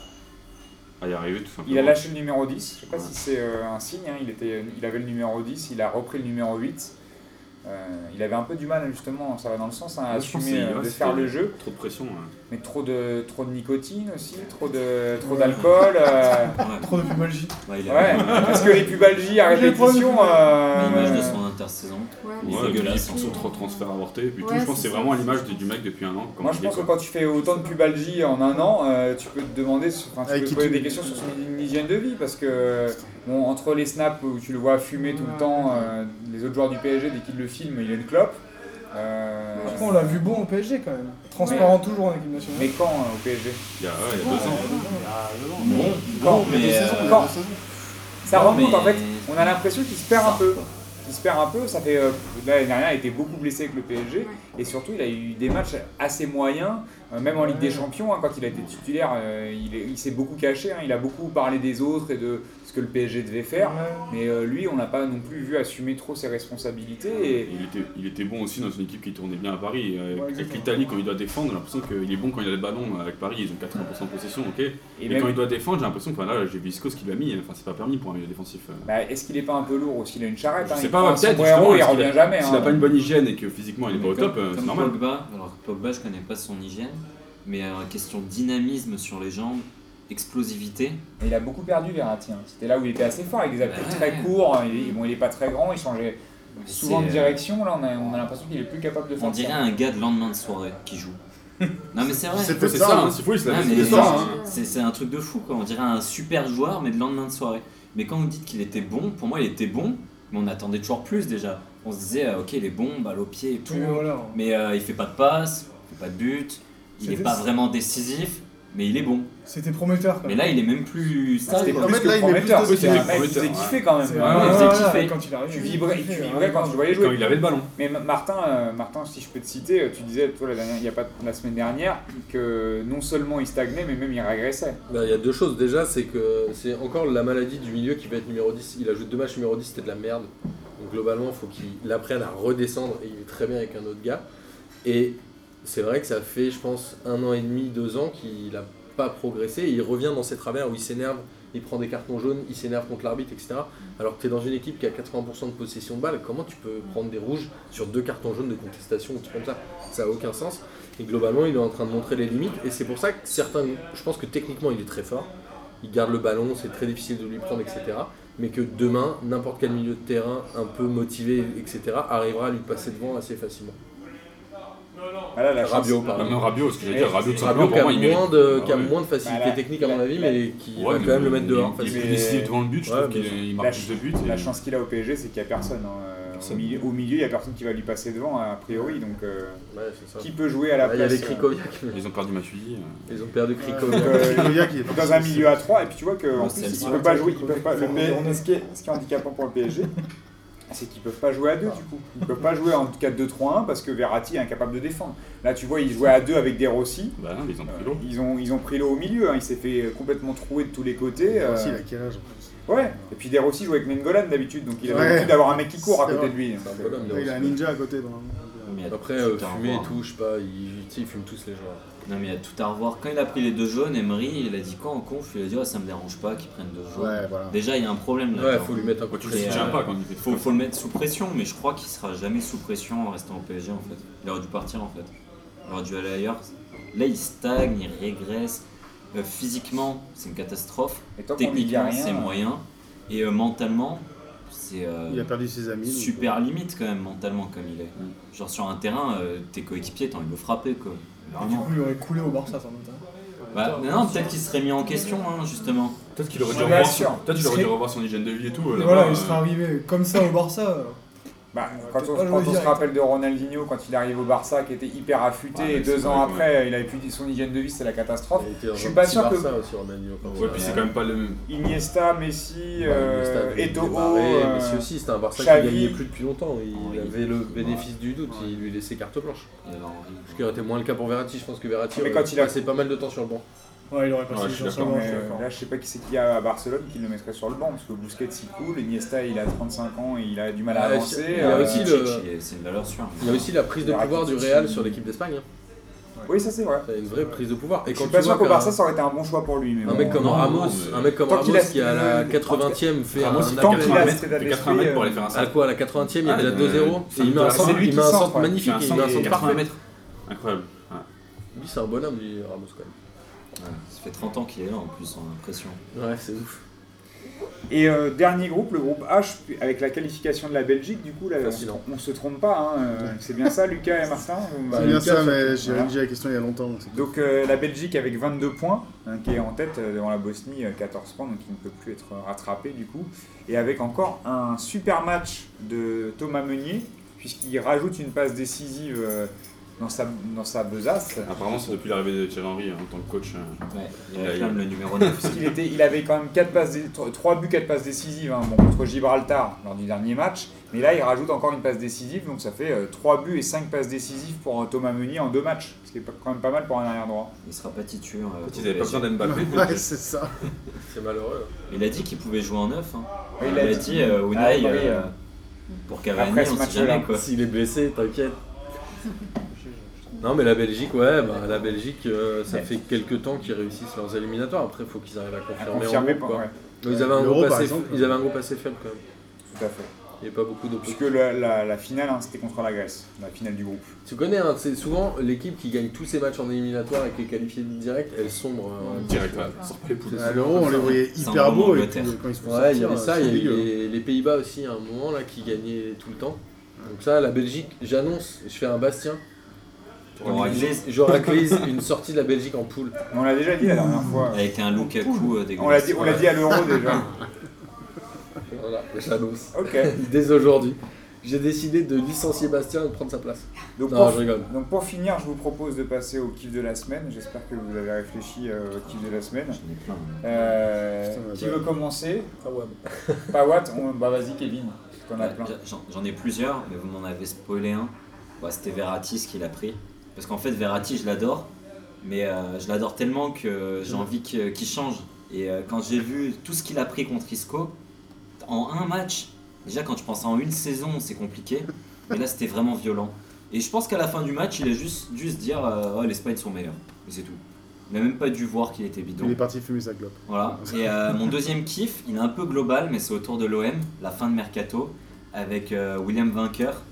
à y arriver tout simplement. Il a lâché le numéro dix. Je sais pas Ouais. si c'est euh, un signe. hein. Il, était, il avait le numéro dix, il a repris le numéro huit. Euh, il avait un peu du mal, justement, ça va dans le sens, hein, à Ouais, je pense assumer que c'est- euh, ouais, de c'était faire le jeu. Trop de pression. ouais. Mais trop de, trop de nicotine aussi, trop de trop d'alcool. euh, Ouais. Trop de pubalgie. Ouais, il a ouais, parce que les pubalgies à J'ai le problème répétition. de- euh, l'image de son intersaison. Ouais. Il est Ouais, et puis dégueulasse. son trop transfert avorté. Et puis tout, Ouais, je pense que c'est c'est ça. vraiment à l'image du, du mec depuis un an. comme Moi, il je est, pense que quoi. quand tu fais autant de pubalgie en un an, euh, tu peux te demander, enfin, tu Avec peux qui te poser tu- des questions sur son hygiène de vie parce que bon, entre les snaps où tu le vois fumer tout le temps, euh, les autres joueurs du P S G dès qu'ils le filment, il a une clope. Euh, Après, on l'a vu bon au P S G quand même. Transparent toujours en équipe nationale. mais quand euh, au P S G? Il y a, ouais, il y a deux ans. Bon, Quand bon, mais. Deux euh, saisons, quand deux saisons. Ça non, remonte mais- en fait. On a l'impression qu'il se perd un Ça, peu. quoi. Il se perd un peu. Ça fait euh, l'année dernière, il a été beaucoup blessé avec le P S G et surtout, il a eu des matchs assez moyens, euh, même en Ligue des Champions. hein, quand il a été titulaire, euh, il, est- il s'est beaucoup caché. hein, il a beaucoup parlé des autres et de ce que le P S G devait faire. Ouais. Mais euh, lui, on n'a pas non plus vu assumer trop ses responsabilités. Et Il était, il était bon aussi dans une équipe qui tournait bien à Paris. Euh, Ouais, avec exactement. l'Italie, quand il doit défendre, j'ai l'impression qu'il est bon quand il a le ballon. Avec Paris, ils ont quatre-vingts pour cent de possession, ok. et Et même- quand il doit défendre, j'ai l'impression que enfin, là, j'ai vu Isco ce qu'il a mis. Enfin, c'est pas permis pour un milieu défensif. euh. bah, est-ce qu'il est pas un peu lourd aussi? Il a une charrette. Je hein, sais il pas, prend un peut-être. sombrero, justement, il s'il revient a- jamais. S'il hein. a pas une bonne hygiène et que physiquement il est pas au comme, top, euh, c'est comme normal. Pogba, alors Pogba, je connais pas son hygiène, mais euh, question dynamisme sur les jambes, explosivité. Mais il a beaucoup perdu Verratti. hein. C'était là où il était assez fort avec des appuis Ouais. très courts. hein. Il est, bon, il est pas très grand, il changeait souvent de C'est, euh, direction. Là, on a, on a l'impression qu'il est plus capable de faire On dirait ça. un gars de lendemain de soirée qui joue. Non mais c'est vrai. C'est Ouais, peut-être c'est ça. ça, hein. hein, c'est fou, il se Non, l'a mais fait c'est ça. ça, hein. hein. c'est c'est un truc de fou quoi. On dirait un super joueur mais de lendemain de soirée. Mais quand vous dites qu'il était bon, pour moi il était bon, mais on attendait toujours plus déjà. On se disait euh, ok il est bon, balle au pied et tout, Oui, voilà. mais euh, il fait pas de passe, il fait pas de but, il est C'était- pas vraiment décisif, mais il est bon. C'était prometteur quand Mais même. là il est même plus Ah, ça. C'était quoi. plus En fait, là, que il met plus prometteur. de C'était un défense. mec qui faisait Prometteur, kiffer quand même. C'est Ouais, vrai, ouais, ouais, faisait ouais, kiffer. quand il arrive. Tu il vibrais, kiffait, tu ouais. vibrais quand tu le voyais jouer. Quand il avait le ballon. Mais Ma- Martin, euh, Martin, si je peux te citer, euh, tu disais toi la, dernière, il y a pas la semaine dernière que non seulement il stagnait, mais même il régressait. Bah, il y a deux choses. Déjà, c'est que c'est encore la maladie du milieu qui va être numéro dix. Il a joué deux matchs numéro dix, c'était de la merde. Donc globalement, il faut qu'il apprenne à redescendre et il est très bien avec un autre gars. Et c'est vrai que ça fait, je pense, un an et demi, deux ans qu'il n'a pas progressé. Et il revient dans ses travers où il s'énerve, il prend des cartons jaunes, il s'énerve contre l'arbitre, et cetera. Alors que tu es dans une équipe qui a quatre-vingts pour cent de possession de balle, comment tu peux prendre des rouges sur deux cartons jaunes de contestation ou des trucs comme ça? Ça n'a aucun sens. Et globalement, il est en train de montrer les limites. Et c'est pour ça que certains, je pense que techniquement, il est très fort. Il garde le ballon, c'est très difficile de lui prendre, et cetera. Mais que demain, n'importe quel milieu de terrain, un peu motivé, et cetera, arrivera à lui passer devant assez facilement. Voilà, la chance. Rabiot, par Même exemple. Rabiot, ce que j'allais Et dire, Rabiot, tout simplement, Rabiot qui pour a, moi, il mérite. moins de, Ah qui a ouais. moins de facilité Bah, la- technique à la- mon avis, la- mais qui Ouais, va mais quand même le il- mettre dehors Il est facilement. plus décisif devant le but, je Ouais, trouve qu'il bien sûr. il La, marque plus de buts. et- la chance qu'il a au P S G, c'est qu'il n'y a personne. hein. Euh, Au Personne. milieu, au milieu, il n'y a personne qui va lui passer devant, a priori. Donc, euh, Ouais, c'est ça. qui peut jouer à la Là, il y place avait euh, Krikoviak. Ils ont perdu Matuidi. euh. Ils ont perdu donc, Krikoviak. euh, Krikoviak, il est dans un milieu à trois, et puis tu vois qu'en Ouais, plus, c'est ils le ne peuvent pas jouer. Ils peuvent pas, le P S G, ce, qui est, ce qui est handicapant pour le P S G, c'est qu'ils ne peuvent pas jouer à deux du coup. Ils ne peuvent pas jouer en quatre deux trois un parce que Verratti est incapable de défendre. Là, tu vois, ils jouaient à deux avec des Rossi. Bah non, ils ont pris Euh, l'eau. Ils ont, ils ont pris l'eau au milieu, hein. Il s'est fait complètement trouer de tous les côtés. euh, Aussi, il a quel âge en Ouais, et puis Der Rossi joue avec Nengolan d'habitude, donc il a Ouais. l'habitude d'avoir un mec qui court à C'est côté vrai. de lui. C'est un Donc, peu l'homme, plus Ouais, il a un ninja à côté. Dans... Mais il y a Après, tout euh, à fumer et revoir. tout, je sais pas, ils, tu sais, ils fument tous les joueurs. Non mais il y a tout à revoir. Quand il a pris les deux jaunes, Emery, il a dit quoi en conf? Il a dit oh, ça me dérange pas qu'ils prennent deux jaunes. Ouais, voilà. Déjà il y a un problème là. Ouais, faut lui mettre un coup de Tu le Et, soutiens euh, pas quand il fait Faut, faut le mettre sous pression, mais je crois qu'il sera jamais sous pression en restant au P S G en fait. Il aurait dû partir en fait. il aurait dû aller ailleurs. Là, il stagne, il régresse. Euh, physiquement, c'est une catastrophe. Et tant qu'on lui dit Techniquement, rien, c'est moyen. Et euh, mentalement, c'est euh, Il a perdu ses amis. donc, super limite quand même, mentalement, comme il est. Genre sur un terrain, euh, tes coéquipiers, t'as envie de le frapper, quoi. Du Vraiment. coup, il aurait coulé au Barça sans doute. hein. Bah, non, peut-être qu'il serait mis en question, hein, justement. Peut-être qu'il aurait Je dû suis revoir, pas sûr. peut-être qu'il aurait Il dû serait- revoir son hygiène de vie et tout. Et là-bas, voilà, il euh, serait arrivé comme ça au Barça. euh, Bah, Ouais, quand peut-être on, pas quand jouer on se direct. rappelle de Ronaldinho quand il arrive au Barça qui était hyper affûté Ouais, et mais c'est deux ans vrai, après il avait plus dit son hygiène de vie, c'est la catastrophe. Il était dans Je suis un pas petit sûr que- Barça aussi, Ronaldinho, quand Ouais, même. puis c'est quand même pas le même. Iniesta, Messi, Ouais, euh, Iniesta avait Eto'o, démarré, euh, Messi aussi, c'était un Barça Xavi. qui gagnait plus depuis longtemps. Il Oui. avait le bénéfice du doute, Ouais. il lui laissait carte blanche. Et alors, Ce qui aurait été moins le cas pour Verratti, je pense que Verratti Mais aurait quand il a- passé pas mal de temps sur le banc. Ouais, il aurait passé Ouais, les je suis gens sur le d'accord, banc, mais, je suis euh, d'accord. là je sais pas qui c'est qui a à Barcelone qui le mettrait sur le banc parce que Busquets il coule, Iniesta il a trente-cinq ans et il a du mal à Ouais, avancer. il y a euh, aussi le- Rakitic, il est- c'est une valeur sûre. Il y a aussi la prise de pouvoir du Real sur l'équipe d'Espagne. hein. Oui ça c'est vrai. C'est une vraie prise de pouvoir. Et Je quand suis tu pas vois sûr qu'au qu'un- Barça ça aurait été un bon choix pour lui. Mais un bon, mec comme non, Ramos, mais- un mec comme Tant Ramos qu'il a- qui à la quatre-vingtième fait Ramos, un il tant appel- qu'il a mètres, cet état il fait d'esprit, quatre-vingts mètres pour aller euh, faire un à centre. quoi à la quatre-vingtième, il Ah, est à mais- deux zéro. c'est Et il met un c'est centre, lui il qui met un centre, centre ouais. magnifique, Il fait un il met centre un de centre quatre-vingts parfait. mètres. Incroyable. Lui c'est un bonhomme, lui, Ramos quand même. Ouais, ça fait trente ans qu'il est là en plus, on a l'impression. Ouais, c'est ouf. Et euh, dernier groupe, le groupe H, avec la qualification de la Belgique, du coup, là, Fascinant. on, on se trompe pas, hein, euh, c'est bien ça, Lucas et Martin vous- Bah, C'est bien Lucas, ça, mais surtout. j'ai rédigé la question il y a longtemps. donc c'est- Donc euh, la Belgique avec vingt-deux points, hein, qui est en tête euh, devant la Bosnie, euh, quatorze points, donc il ne peut plus être rattrapé du coup. Et avec encore un super match de Thomas Meunier, puisqu'il rajoute une passe décisive euh, dans, sa, dans sa besace. Apparemment, c'est depuis l'arrivée de Thierry Henry hein, en tant que coach. euh, Ouais, il Il a- réclame le numéro neuf. Puisqu'il était, il avait quand même quatre passes, dé- trois buts, quatre passes décisives hein, bon, contre Gibraltar lors du dernier match. Mais là, il rajoute encore une passe décisive, donc ça fait euh, trois buts et cinq passes décisives pour euh, Thomas Meunier en deux matchs. Ce qui est pas- quand même pas mal pour un arrière droit. Il sera pas titulaire. euh, En fait, au ils avaient pas P S G. besoin d'Mbappé. Ouais, c'est ça. C'est malheureux. Il a dit qu'il pouvait jouer en neuf. Hein. Oui, il a dit, euh, Unai, Ah, oui, oui, euh, oui. pour Cavani, Après ce on sait match-là. jamais quoi. S'il est blessé, t'inquiète. Non mais la Belgique, ouais, bah, la Belgique, euh, ça Ouais. fait quelques temps qu'ils réussissent leurs éliminatoires. Après, il faut qu'ils arrivent à À confirmer. confirmer, en groupe, pas- quoi. ouais, Ils avaient un L'Euro, groupe par assez, exemple. ils avaient un groupe assez faible quand même. tout à fait. Il n'y avait pas beaucoup Parce d'opposition. que la, la- la finale, hein, c'était contre la Grèce, la finale du groupe. Tu connais, hein, c'est souvent l'équipe qui gagne tous ses matchs en éliminatoire et qui est qualifiée direct, elle sombre. euh, Direct, ouais. Sort pas les poules. À l'Euro, on les voyait C'est un hyper moment beaux et Angleterre. puis quand ils se font Ouais, il y sortir, avait ça, c'est il y avait dégueu. les, les Pays-Bas aussi à un moment là qui gagnaient tout le temps. Donc ça, la Belgique, j'annonce, je fais un Bastien. On réglise Je raclise une sortie de la Belgique en poule. Mais on l'a déjà dit la dernière fois. avec un Lukaku euh, dégueulasse. On l'a dit, on l'a dit à l'Euro déjà. Voilà, j'annonce. Ok. Dès aujourd'hui, j'ai décidé de licencier Bastien et de prendre sa place. Donc, Non, pour, je rigole. donc pour finir, je vous propose de passer au kiff de la semaine. J'espère que vous avez réfléchi euh, au kiff de la semaine. J'en ai plein. Euh, Putain, qui bah. veut commencer Ah ouais. Pas Watt on... Bah vas-y Kevin, t'en as plein. J'en- J'en ai plusieurs, mais vous m'en avez spoilé un. Bah, c'était Verratti ce qu'il a pris. Parce qu'en fait, Verratti, je l'adore. Mais euh, je l'adore tellement que j'ai envie que- qu'il change. Et euh, quand j'ai vu tout ce qu'il a pris contre Isco, en un match, déjà quand je pense en une saison, c'est compliqué. Mais là, c'était vraiment violent. Et je pense qu'à la fin du match, il a juste dû se dire euh, oh, l'Espagne sont meilleurs. Et c'est tout. Il n'a même pas dû voir qu'il était bidon. Il est parti fumer sa clope. Voilà. Et euh, mon deuxième kiff, il est un peu global, mais c'est autour de l'O M, la fin de mercato, avec euh, William Vainqueur.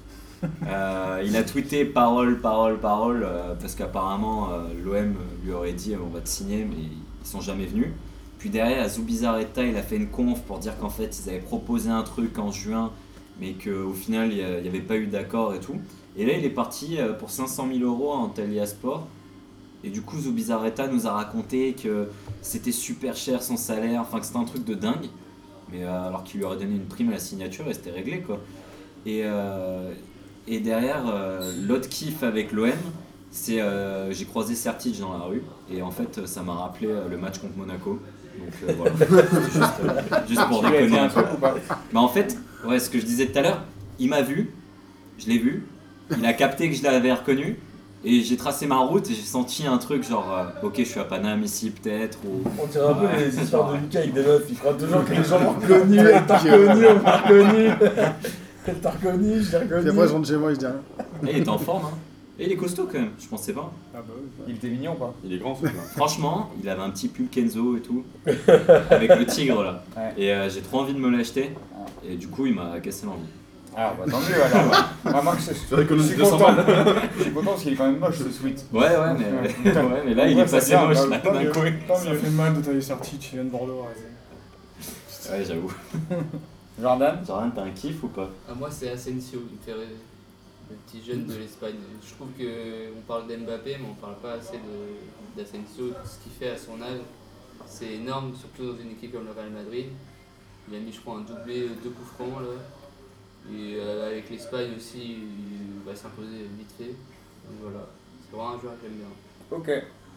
Euh, il a tweeté parole, parole, parole, euh, parce qu'apparemment euh, l'O M lui aurait dit on va te signer, mais ils sont jamais venus. Puis derrière, à Zubizarreta, il a fait une conf pour dire qu'en fait ils avaient proposé un truc en juin, mais qu'au final il n'y avait pas eu d'accord et tout. Et là, il est parti euh, pour cinq cent mille euros en Antalya Sport. Et du coup, Zubizarreta nous a raconté que c'était super cher son salaire, enfin que c'était un truc de dingue, mais euh, alors qu'il lui aurait donné une prime à la signature et c'était réglé quoi. Et, euh, et derrière, euh, l'autre kiff avec l'O M, c'est euh, j'ai croisé Sertic dans la rue et en fait ça m'a rappelé euh, le match contre Monaco. Donc euh, voilà, C'était juste, euh, juste pour Tu lui as déconner fait un un peu. truc ou pas? Mais en fait, ouais, ce que je disais tout à l'heure, il m'a vu, je l'ai vu, il a capté que je l'avais reconnu. Et j'ai tracé ma route et j'ai senti un truc genre euh, ok je suis à Paname ici peut-être ou On dirait un peu Ouais, les c'est histoires de vrai. Lucas avec des meufs, il croit toujours que les gens l'ont reconnu, elle t'a reconnu, on m'a reconnu. Elle t'a reconnu, je l'ai Puis après, je reconnu. rentre chez moi et je dis rien. Et il était en forme hein. Et il est costaud quand même, je pensais pas. Ah bah oui. Il était mignon ou pas? Il est grand, ce truc-là. Franchement, il avait un petit pull Kenzo et tout, avec le tigre là. Ouais. Et euh, j'ai trop envie de me l'acheter. Et du coup il m'a cassé l'envie. Ah bah tant mieux alors. Vraiment que je, C'est vrai que je nous, suis deux cents content. balles. Je suis content parce qu'il est quand même moche ce sweat. Ouais, ouais, mais, ouais, mais là, il Ouais, est ça passé vient, moche, bah, là, tant d'un mieux. coup. Tant Ça mieux. fait mal de tailler Sartic, il vient de Bordeaux, arrêtez. Ouais, j'avoue. Jordan. Jordan, t'as un kiff ou pas? Ah, moi, c'est Asensio, il me fait rêver. Le petit jeune de l'Espagne. Je trouve qu'on parle d'Mbappé, mais on parle pas assez de- d'Asensio. Ce qu'il fait à son âge, c'est énorme, surtout dans une équipe comme le Real Madrid. Il a mis, je crois, un doublé, deux coups francs là. Et euh, avec l'Espagne aussi, il va s'imposer vite fait. Donc voilà, c'est vraiment un joueur que j'aime bien. Ok.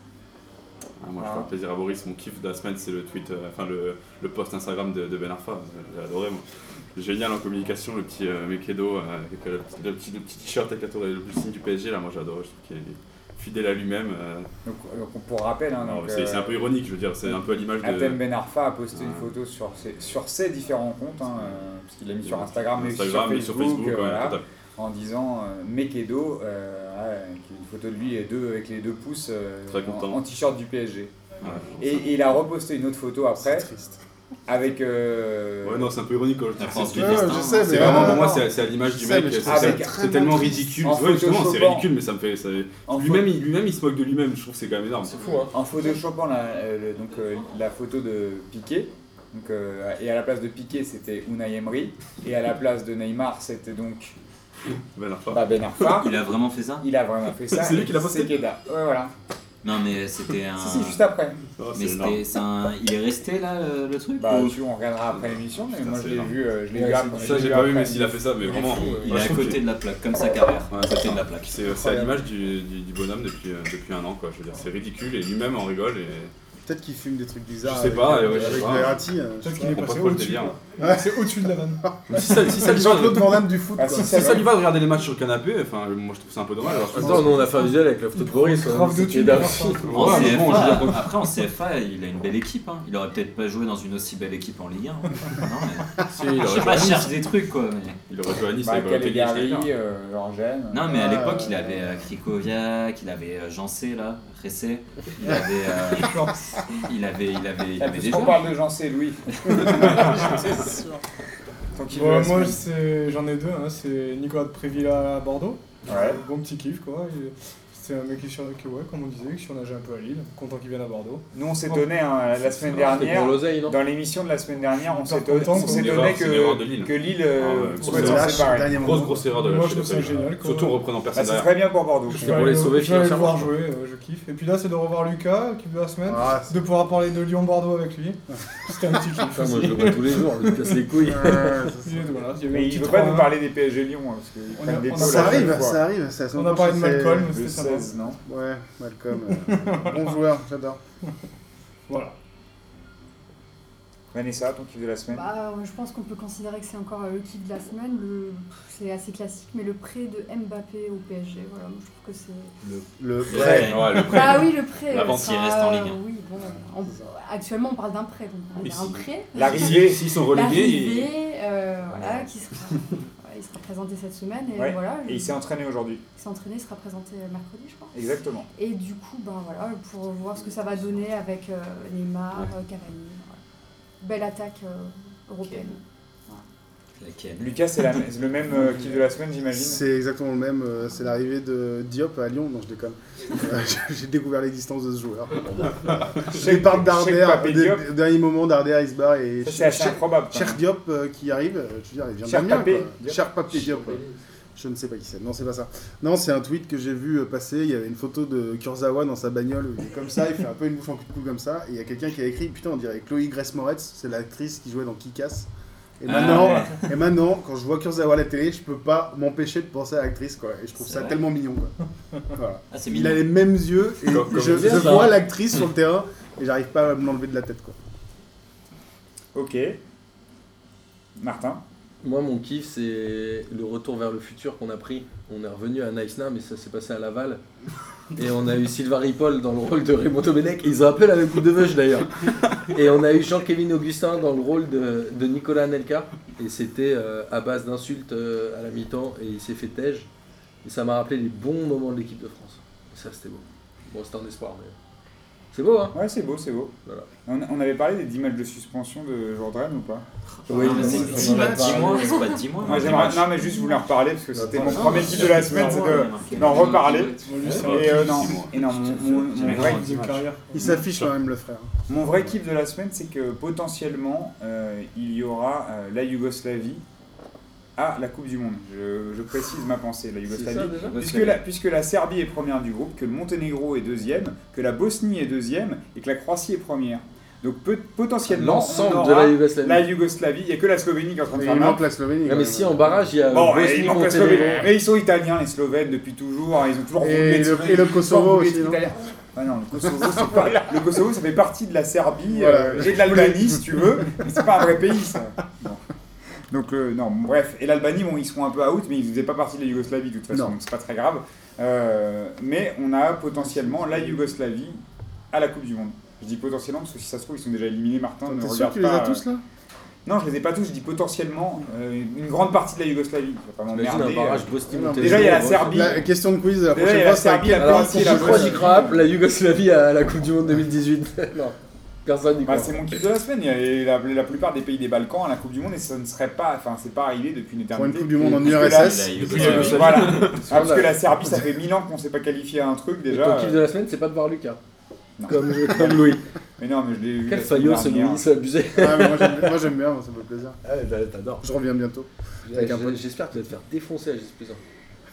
Ah, moi, je Ah. fais plaisir à Boris. Mon kiff de la semaine, c'est le tweet, euh, enfin le, le post Instagram de, de Ben Arfa. J'ai adoré, moi. Génial en communication, le petit euh, Mekedo euh, avec euh, le, petit- le petit le petit t-shirt avec la tour et le plus signe du P S G. Là, moi, j'ai adoré. Je trouve qu'il est fidèle à lui-même. euh. Donc, donc pour rappel, hein, Non, donc, c'est c'est un peu ironique, je veux dire. C'est un peu à l'image de. Atem Ben Arfa a posté une Ouais. photo sur ses, sur ses différents comptes, hein, euh, parce qu'il l'a mis sur Instagram, mais aussi Instagram, sur mais sur Facebook, Facebook, euh, ouais, voilà, tout à fait. en disant euh, Mekedo, euh, ouais, qui est une photo de lui et deux, avec les deux pouces euh, Très content. en, en t-shirt du P S G. Ouais. Et, et il a reposté une autre photo après, C'est triste. avec... euh, Ouais, non, c'est un peu ironique quand je dis La que France c'est- du Ouais, destin. je sais, C'est mais vraiment ouais, pour moi, non. c'est c'est à l'image Je du sais, mec. mais je c'est- trouve ça C'est très c'est tellement triste. ridicule. En Ouais, justement, c'est photoshopant. ridicule, mais ça me fait. ça- en Lui-même, il, lui-même, il se moque de lui-même. Je trouve que c'est quand même énorme. C'est fou, hein. En photoshopant la, euh, le- donc, euh, la photo de Piqué, donc, euh, et à la place de Piqué c'était Unai Emery, et à la place de Neymar c'était donc Ben Arfa. bah, Ben Arfa. Il a vraiment fait ça? Il a vraiment fait ça. C'est lui qui l'a posté. C'est Keda. Ouais, voilà. Non, mais c'était un. Si, si, juste après. Oh, Mais c'est énorme. c'était. c'est un... Il est resté là, le, le truc Bah, ou- tu vois, on regardera après l'émission, mais Putain, moi c'est je l'ai énorme. vu, euh, je l'ai Ouais, vu c'est- après. Ça, je l'ai j'ai vu pas vu, après. mais s'il a fait ça, mais vraiment. Il moi, est je à trouve côté qu'il- de la plaque, comme sa carrière. Ouais, à côté c'est de ça. la plaque. C'est c'est à l'image du, du, du bonhomme depuis, euh, depuis un an, quoi. Je veux dire, c'est ridicule et lui-même en rigole. Et... Peut-être qu'il fume des trucs bizarres. Je sais avec, pas, euh, ouais, je sais avec pas. Verratti. euh, je Peut-être sais qu'il est comprends passé pas le au-dessus. délire. quoi. C'est au-dessus de la vanne. Si ça, si ça pas. lui Jean-Claude va, Van Damme du foot. Ah, quoi. si, si ça lui va de regarder les matchs sur le canapé, enfin, moi je trouve ça un peu dommage. Alors, que- Attends, nous on a fait un visuel avec la photo de Boris. Grave hein, de c'est thunes, Keda il va aussi. faire. En Ouais, mais bon, je veux C F A, dire- après en C F A, il a une belle équipe. Hein. Il aurait peut-être pas joué dans une aussi belle équipe en Ligue un. Non, mais... Si, il Je aurait sais joué pas, à je Nice. cherche des trucs quoi. Mais... il aurait joué à Nice Bah, avec Balotelli et Calegari, Schneider. euh, Jorgen. Non, mais à Ah, l'époque, il euh, avait euh, Krikoviak, il avait euh, Jancé là, Ressé. Il avait. euh, il avait. Il avait. Il Ah, avait des puisqu'on joueurs. parle de Jean C. Louis. Ton kiff de Bon, la moi semaine. c'est- j'en ai deux, hein. C'est Nicolas de Préville à Bordeaux. Ouais. Bon petit kiff quoi. Il- C'est un mec qui, sur... qui, ouais, comme on disait, qui surnageait un peu à Lille. Content qu'il vienne à Bordeaux. Nous on s'étonnait hein, la semaine C'était dernière. pour l'oseille, non? Dans l'émission de la semaine dernière, on Hyper s'étonnait content, on quoi. s'étonnait C'est une erreur, c'est une erreur de que, Lille. que Lille Ah euh, ouais, pouvait grosse s'en erreur. séparer. Dernier Grosse, moment. grosse erreur de Moi, lâcher je trouve le ça seul. génial, quoi. Surtout en reprenant Bah, personne c'est derrière. très bien pour Bordeaux. C'est pour les sauver Je vais aller le financièrement. voir jouer, euh, je kiffe. Et puis là, c'est de revoir Lucas, qui veut la semaine, Ah, c'est- de pouvoir parler de Lyon-Bordeaux avec lui. C'était un petit kiff. Putain, moi aussi. je le vois tous les jours, je me casse les couilles. Ouais, ça, Il est- voilà, il y a eu un Mais il petit veut pas trois un. nous parler des P S G Lyon, hein, parce qu'ils On prennent a- des on a- taux ça là, arrive, chaque fois. ça arrive. c'est la semaine On a parlé de prochaine, c'est- Malcolm, Le c'était sympa. seize, non? Ouais, Malcolm. euh, bon joueur, j'adore. Voilà. Vanessa, ton kiff de la semaine? Bah, je pense qu'on peut considérer que c'est encore euh, le kiff de la semaine. Le... C'est assez classique, mais le prêt de Mbappé au P S G, voilà, moi, je trouve que c'est. Le Ouais. vrai. Ouais, le Bah oui, le prêt. La vente, ça, il reste en Ligue un. Oui, bon, on- actuellement on parle d'un prêt, donc on va Mais dire un si- prêt. L'arrivée. S'ils sont relégués, ils- L'arrivée, euh, voilà, qui sera, voilà, il sera présenté cette semaine et Ouais. voilà. Et il s'est entraîné aujourd'hui. il s'est entraîné, il sera présenté mercredi, je crois. Exactement. Et du coup, ben voilà, pour voir ce que ça va donner avec euh, Neymar, Ouais. euh, Cavani. Voilà. Belle attaque euh, européenne. Laquelle? Lucas, c'est la- c'est le même euh, kiff de la semaine, j'imagine. C'est exactement le même. euh, C'est l'arrivée de Diop à Lyon. Non, je déconne. Euh, J'ai découvert l'existence de ce joueur. Cheikh- Départ Cheikh d'Arder, Papé Diop. au dernier moment, Darder, il se barre et Ça, c'est assez Cher- improbable. quand Cher même. Diop euh, qui arrive. euh, Je veux dire, il vient Cher d'Amiens, Papé quoi. Diop. Cher Papé Diop. ouais. Je ne sais pas qui c'est. Non, c'est pas ça. Non, c'est un tweet que j'ai vu euh, passer. Il y avait une photo de Kurzawa dans sa bagnole. Où il est comme ça, il fait un peu une bouche en cul de cou comme ça. Et il y a quelqu'un qui a écrit, putain, on dirait Chloé Grace Moretz, c'est l'actrice qui jouait dans Kick-Ass. Et Ah, maintenant, ouais. et maintenant, quand je vois Kurzawa à la télé, je peux pas m'empêcher de penser à l'actrice, quoi. Et je trouve C'est ça vrai. tellement mignon, quoi. Voilà. Ah, c'est Il mignon. a les mêmes yeux et Comme- comme je, bien, je ça. vois l'actrice sur le terrain et j'arrive pas à me l'enlever de la tête, quoi. Ok. Martin? Moi, mon kiff, c'est le retour vers le futur qu'on a pris. On est revenu à Naïsna, mais ça s'est passé à Laval. Et on a eu Sylvain Ripoll dans le rôle de Raymond Domenech. Ils ont un peu la même coupe de veuche d'ailleurs. Et on a eu Jean-Kévin Augustin dans le rôle de, de Nicolas Anelka. Et c'était euh, à base d'insultes euh, à la mi-temps. Et il s'est fait tège. Et ça m'a rappelé les bons moments de l'équipe de France. Et ça, c'était beau. Bon, c'était un espoir, mais. C'est beau, hein. Ouais, c'est beau, c'est beau. Voilà. On, on avait parlé des dix matchs de suspension de Jordan ou pas? Oui, non, mais c'est on- dix on en a matchs, parlé. dix mois, c'est pas dix mois. Moi, dix j'aimerais- matchs. non, mais juste je voulais en reparler parce que c'était mon Non, premier kiff de la semaine, c'est de- d'en reparler. Et euh, non, et non, mon, mon- mon vrai, Il s'affiche quand même le frère. mon vrai kiff de la semaine, c'est que potentiellement euh, il y aura euh, la Yougoslavie à la Coupe du Monde. Je, je précise ma pensée, la C'est ça Yougoslavie. déjà Puisque la, puisque la Serbie est première du groupe, que le Monténégro est deuxième, que la Bosnie est deuxième et que la Croatie est première. Donc peut- potentiellement, on L'ensemble aura de la Yougoslavie. la Yougoslavie. Il n'y a que la Slovénie qui est en train de Il faire manque mal. la Slovénie. Non, quand mais même. si en barrage, il y a Bon, Bosnie, il manque la Monténégro. Slovénie. Mais ils sont italiens, les Slovènes, depuis toujours. Ils ont toujours Et voulu être- le- et le ils ont Kosovo toujours voulu aussi, être non italiens. Ah non, le Kosovo, c'est pas- le Kosovo, ça fait partie de la Serbie Voilà. euh, et de l'Albanie, si tu veux. Mais c'est pas un vrai pays, ça. Bon. Donc, euh, non, bref. Et l'Albanie, bon, ils seront un peu out, mais ils faisaient pas partie de la Yougoslavie, de toute façon, Non. donc c'est pas très grave. Euh, mais on a potentiellement la Yougoslavie à la Coupe du Monde. Je dis potentiellement parce que si ça se trouve, ils sont déjà éliminés, Martin. Ne T'es sûr regarde que tu les pas. as tous là? Non, je les ai pas tous, je dis potentiellement euh, une grande partie de la Yougoslavie. Je vais pas Imagine m'emmerder. un barrage euh. Bosnie, Non, Monténégro. Déjà, il y a la Ouais. Serbie. La question de quiz, la Déjà, il y prochaine a fois, la c'est Serbie, la Alors, Croatie et si la je crois, j'y Bosnie. crois, la Yougoslavie à la Coupe du Monde deux mille dix-huit. Non, personne n'y Bah, croit. c'est mon kiff de la semaine. Il y a la, la plupart des pays des Balkans à la Coupe du Monde et ça ne serait pas, enfin, c'est pas arrivé depuis une pour une éternité. Coupe du Monde en Parce U R que S la- S. La depuis, Yougoslavie. euh, voilà. Ah, parce que la Serbie, ça fait mille ans qu'on ne s'est pas qualifié à un truc déjà. Ton kiff euh, de la semaine, c'est pas de voir Lucas. Non. Comme, comme Louis. Mais non, mais je l'ai vu. Quel la semaine faillot ce dernière. Louis, c'est abusé. Ah, mais moi, j'aime moi, j'aime bien, moi, ça me fait plaisir. Ah, bah, t'adores. Je reviens bientôt. Avec un pote. J'espère que tu vas te faire défoncer à J S plus un.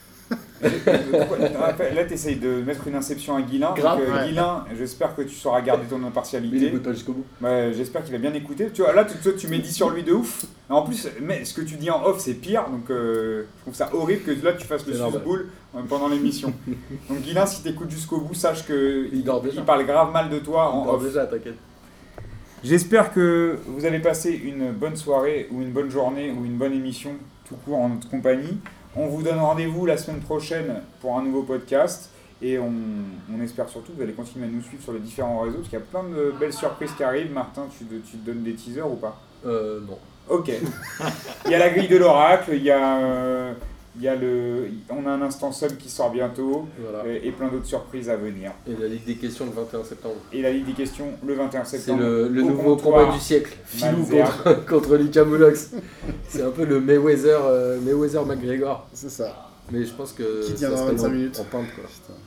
Là, tu essayes de mettre une inception à Guilin. Grave, Donc, euh, ouais. Guilin, j'espère que tu sauras garder ton Mais il impartialité. écoute pas jusqu'au bout. Ouais, j'espère qu'il va bien écouter. Tu vois, là, tout de suite, tu médis sur lui de ouf. En plus, mais ce que tu dis en off, c'est pire. Donc, euh, je trouve ça horrible que là, tu fasses le C'est normal. sus-boule euh, pendant l'émission. Donc, Guilin, si t'écoutes jusqu'au bout, sache que Il dort déjà. il parle grave mal de toi en On off. déjà, t'inquiète. J'espère que vous avez passé une bonne soirée ou une bonne journée ou une bonne émission tout court en notre compagnie. On vous donne rendez-vous la semaine prochaine pour un nouveau podcast et on, on espère surtout que vous allez continuer à nous suivre sur les différents réseaux parce qu'il y a plein de belles surprises qui arrivent. Martin, tu, te- tu te donnes des teasers ou pas? Euh, non. Ok. Il y a la grille de l'oracle, il y a, euh, il y a le, on a un instant sub qui sort bientôt Voilà. et, et plein d'autres surprises à venir. Et la Ligue des questions le vingt et un septembre. Et la Ligue des questions le vingt et un C'est septembre. le, le au nouveau comptoir. combat du siècle. Filou Malzer. contre, contre Lucas Moulox. C'est un peu le Mayweather, euh, Mayweather McGregor. C'est ça. Mais je pense que Qui ça tiendra se passe vingt-cinq en- minutes. en pinte, quoi.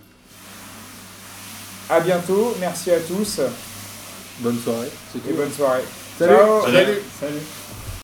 À bientôt, merci à tous Bonne soirée. C'est et tout. bonne soirée. Salut. Ciao. Salut. Salut.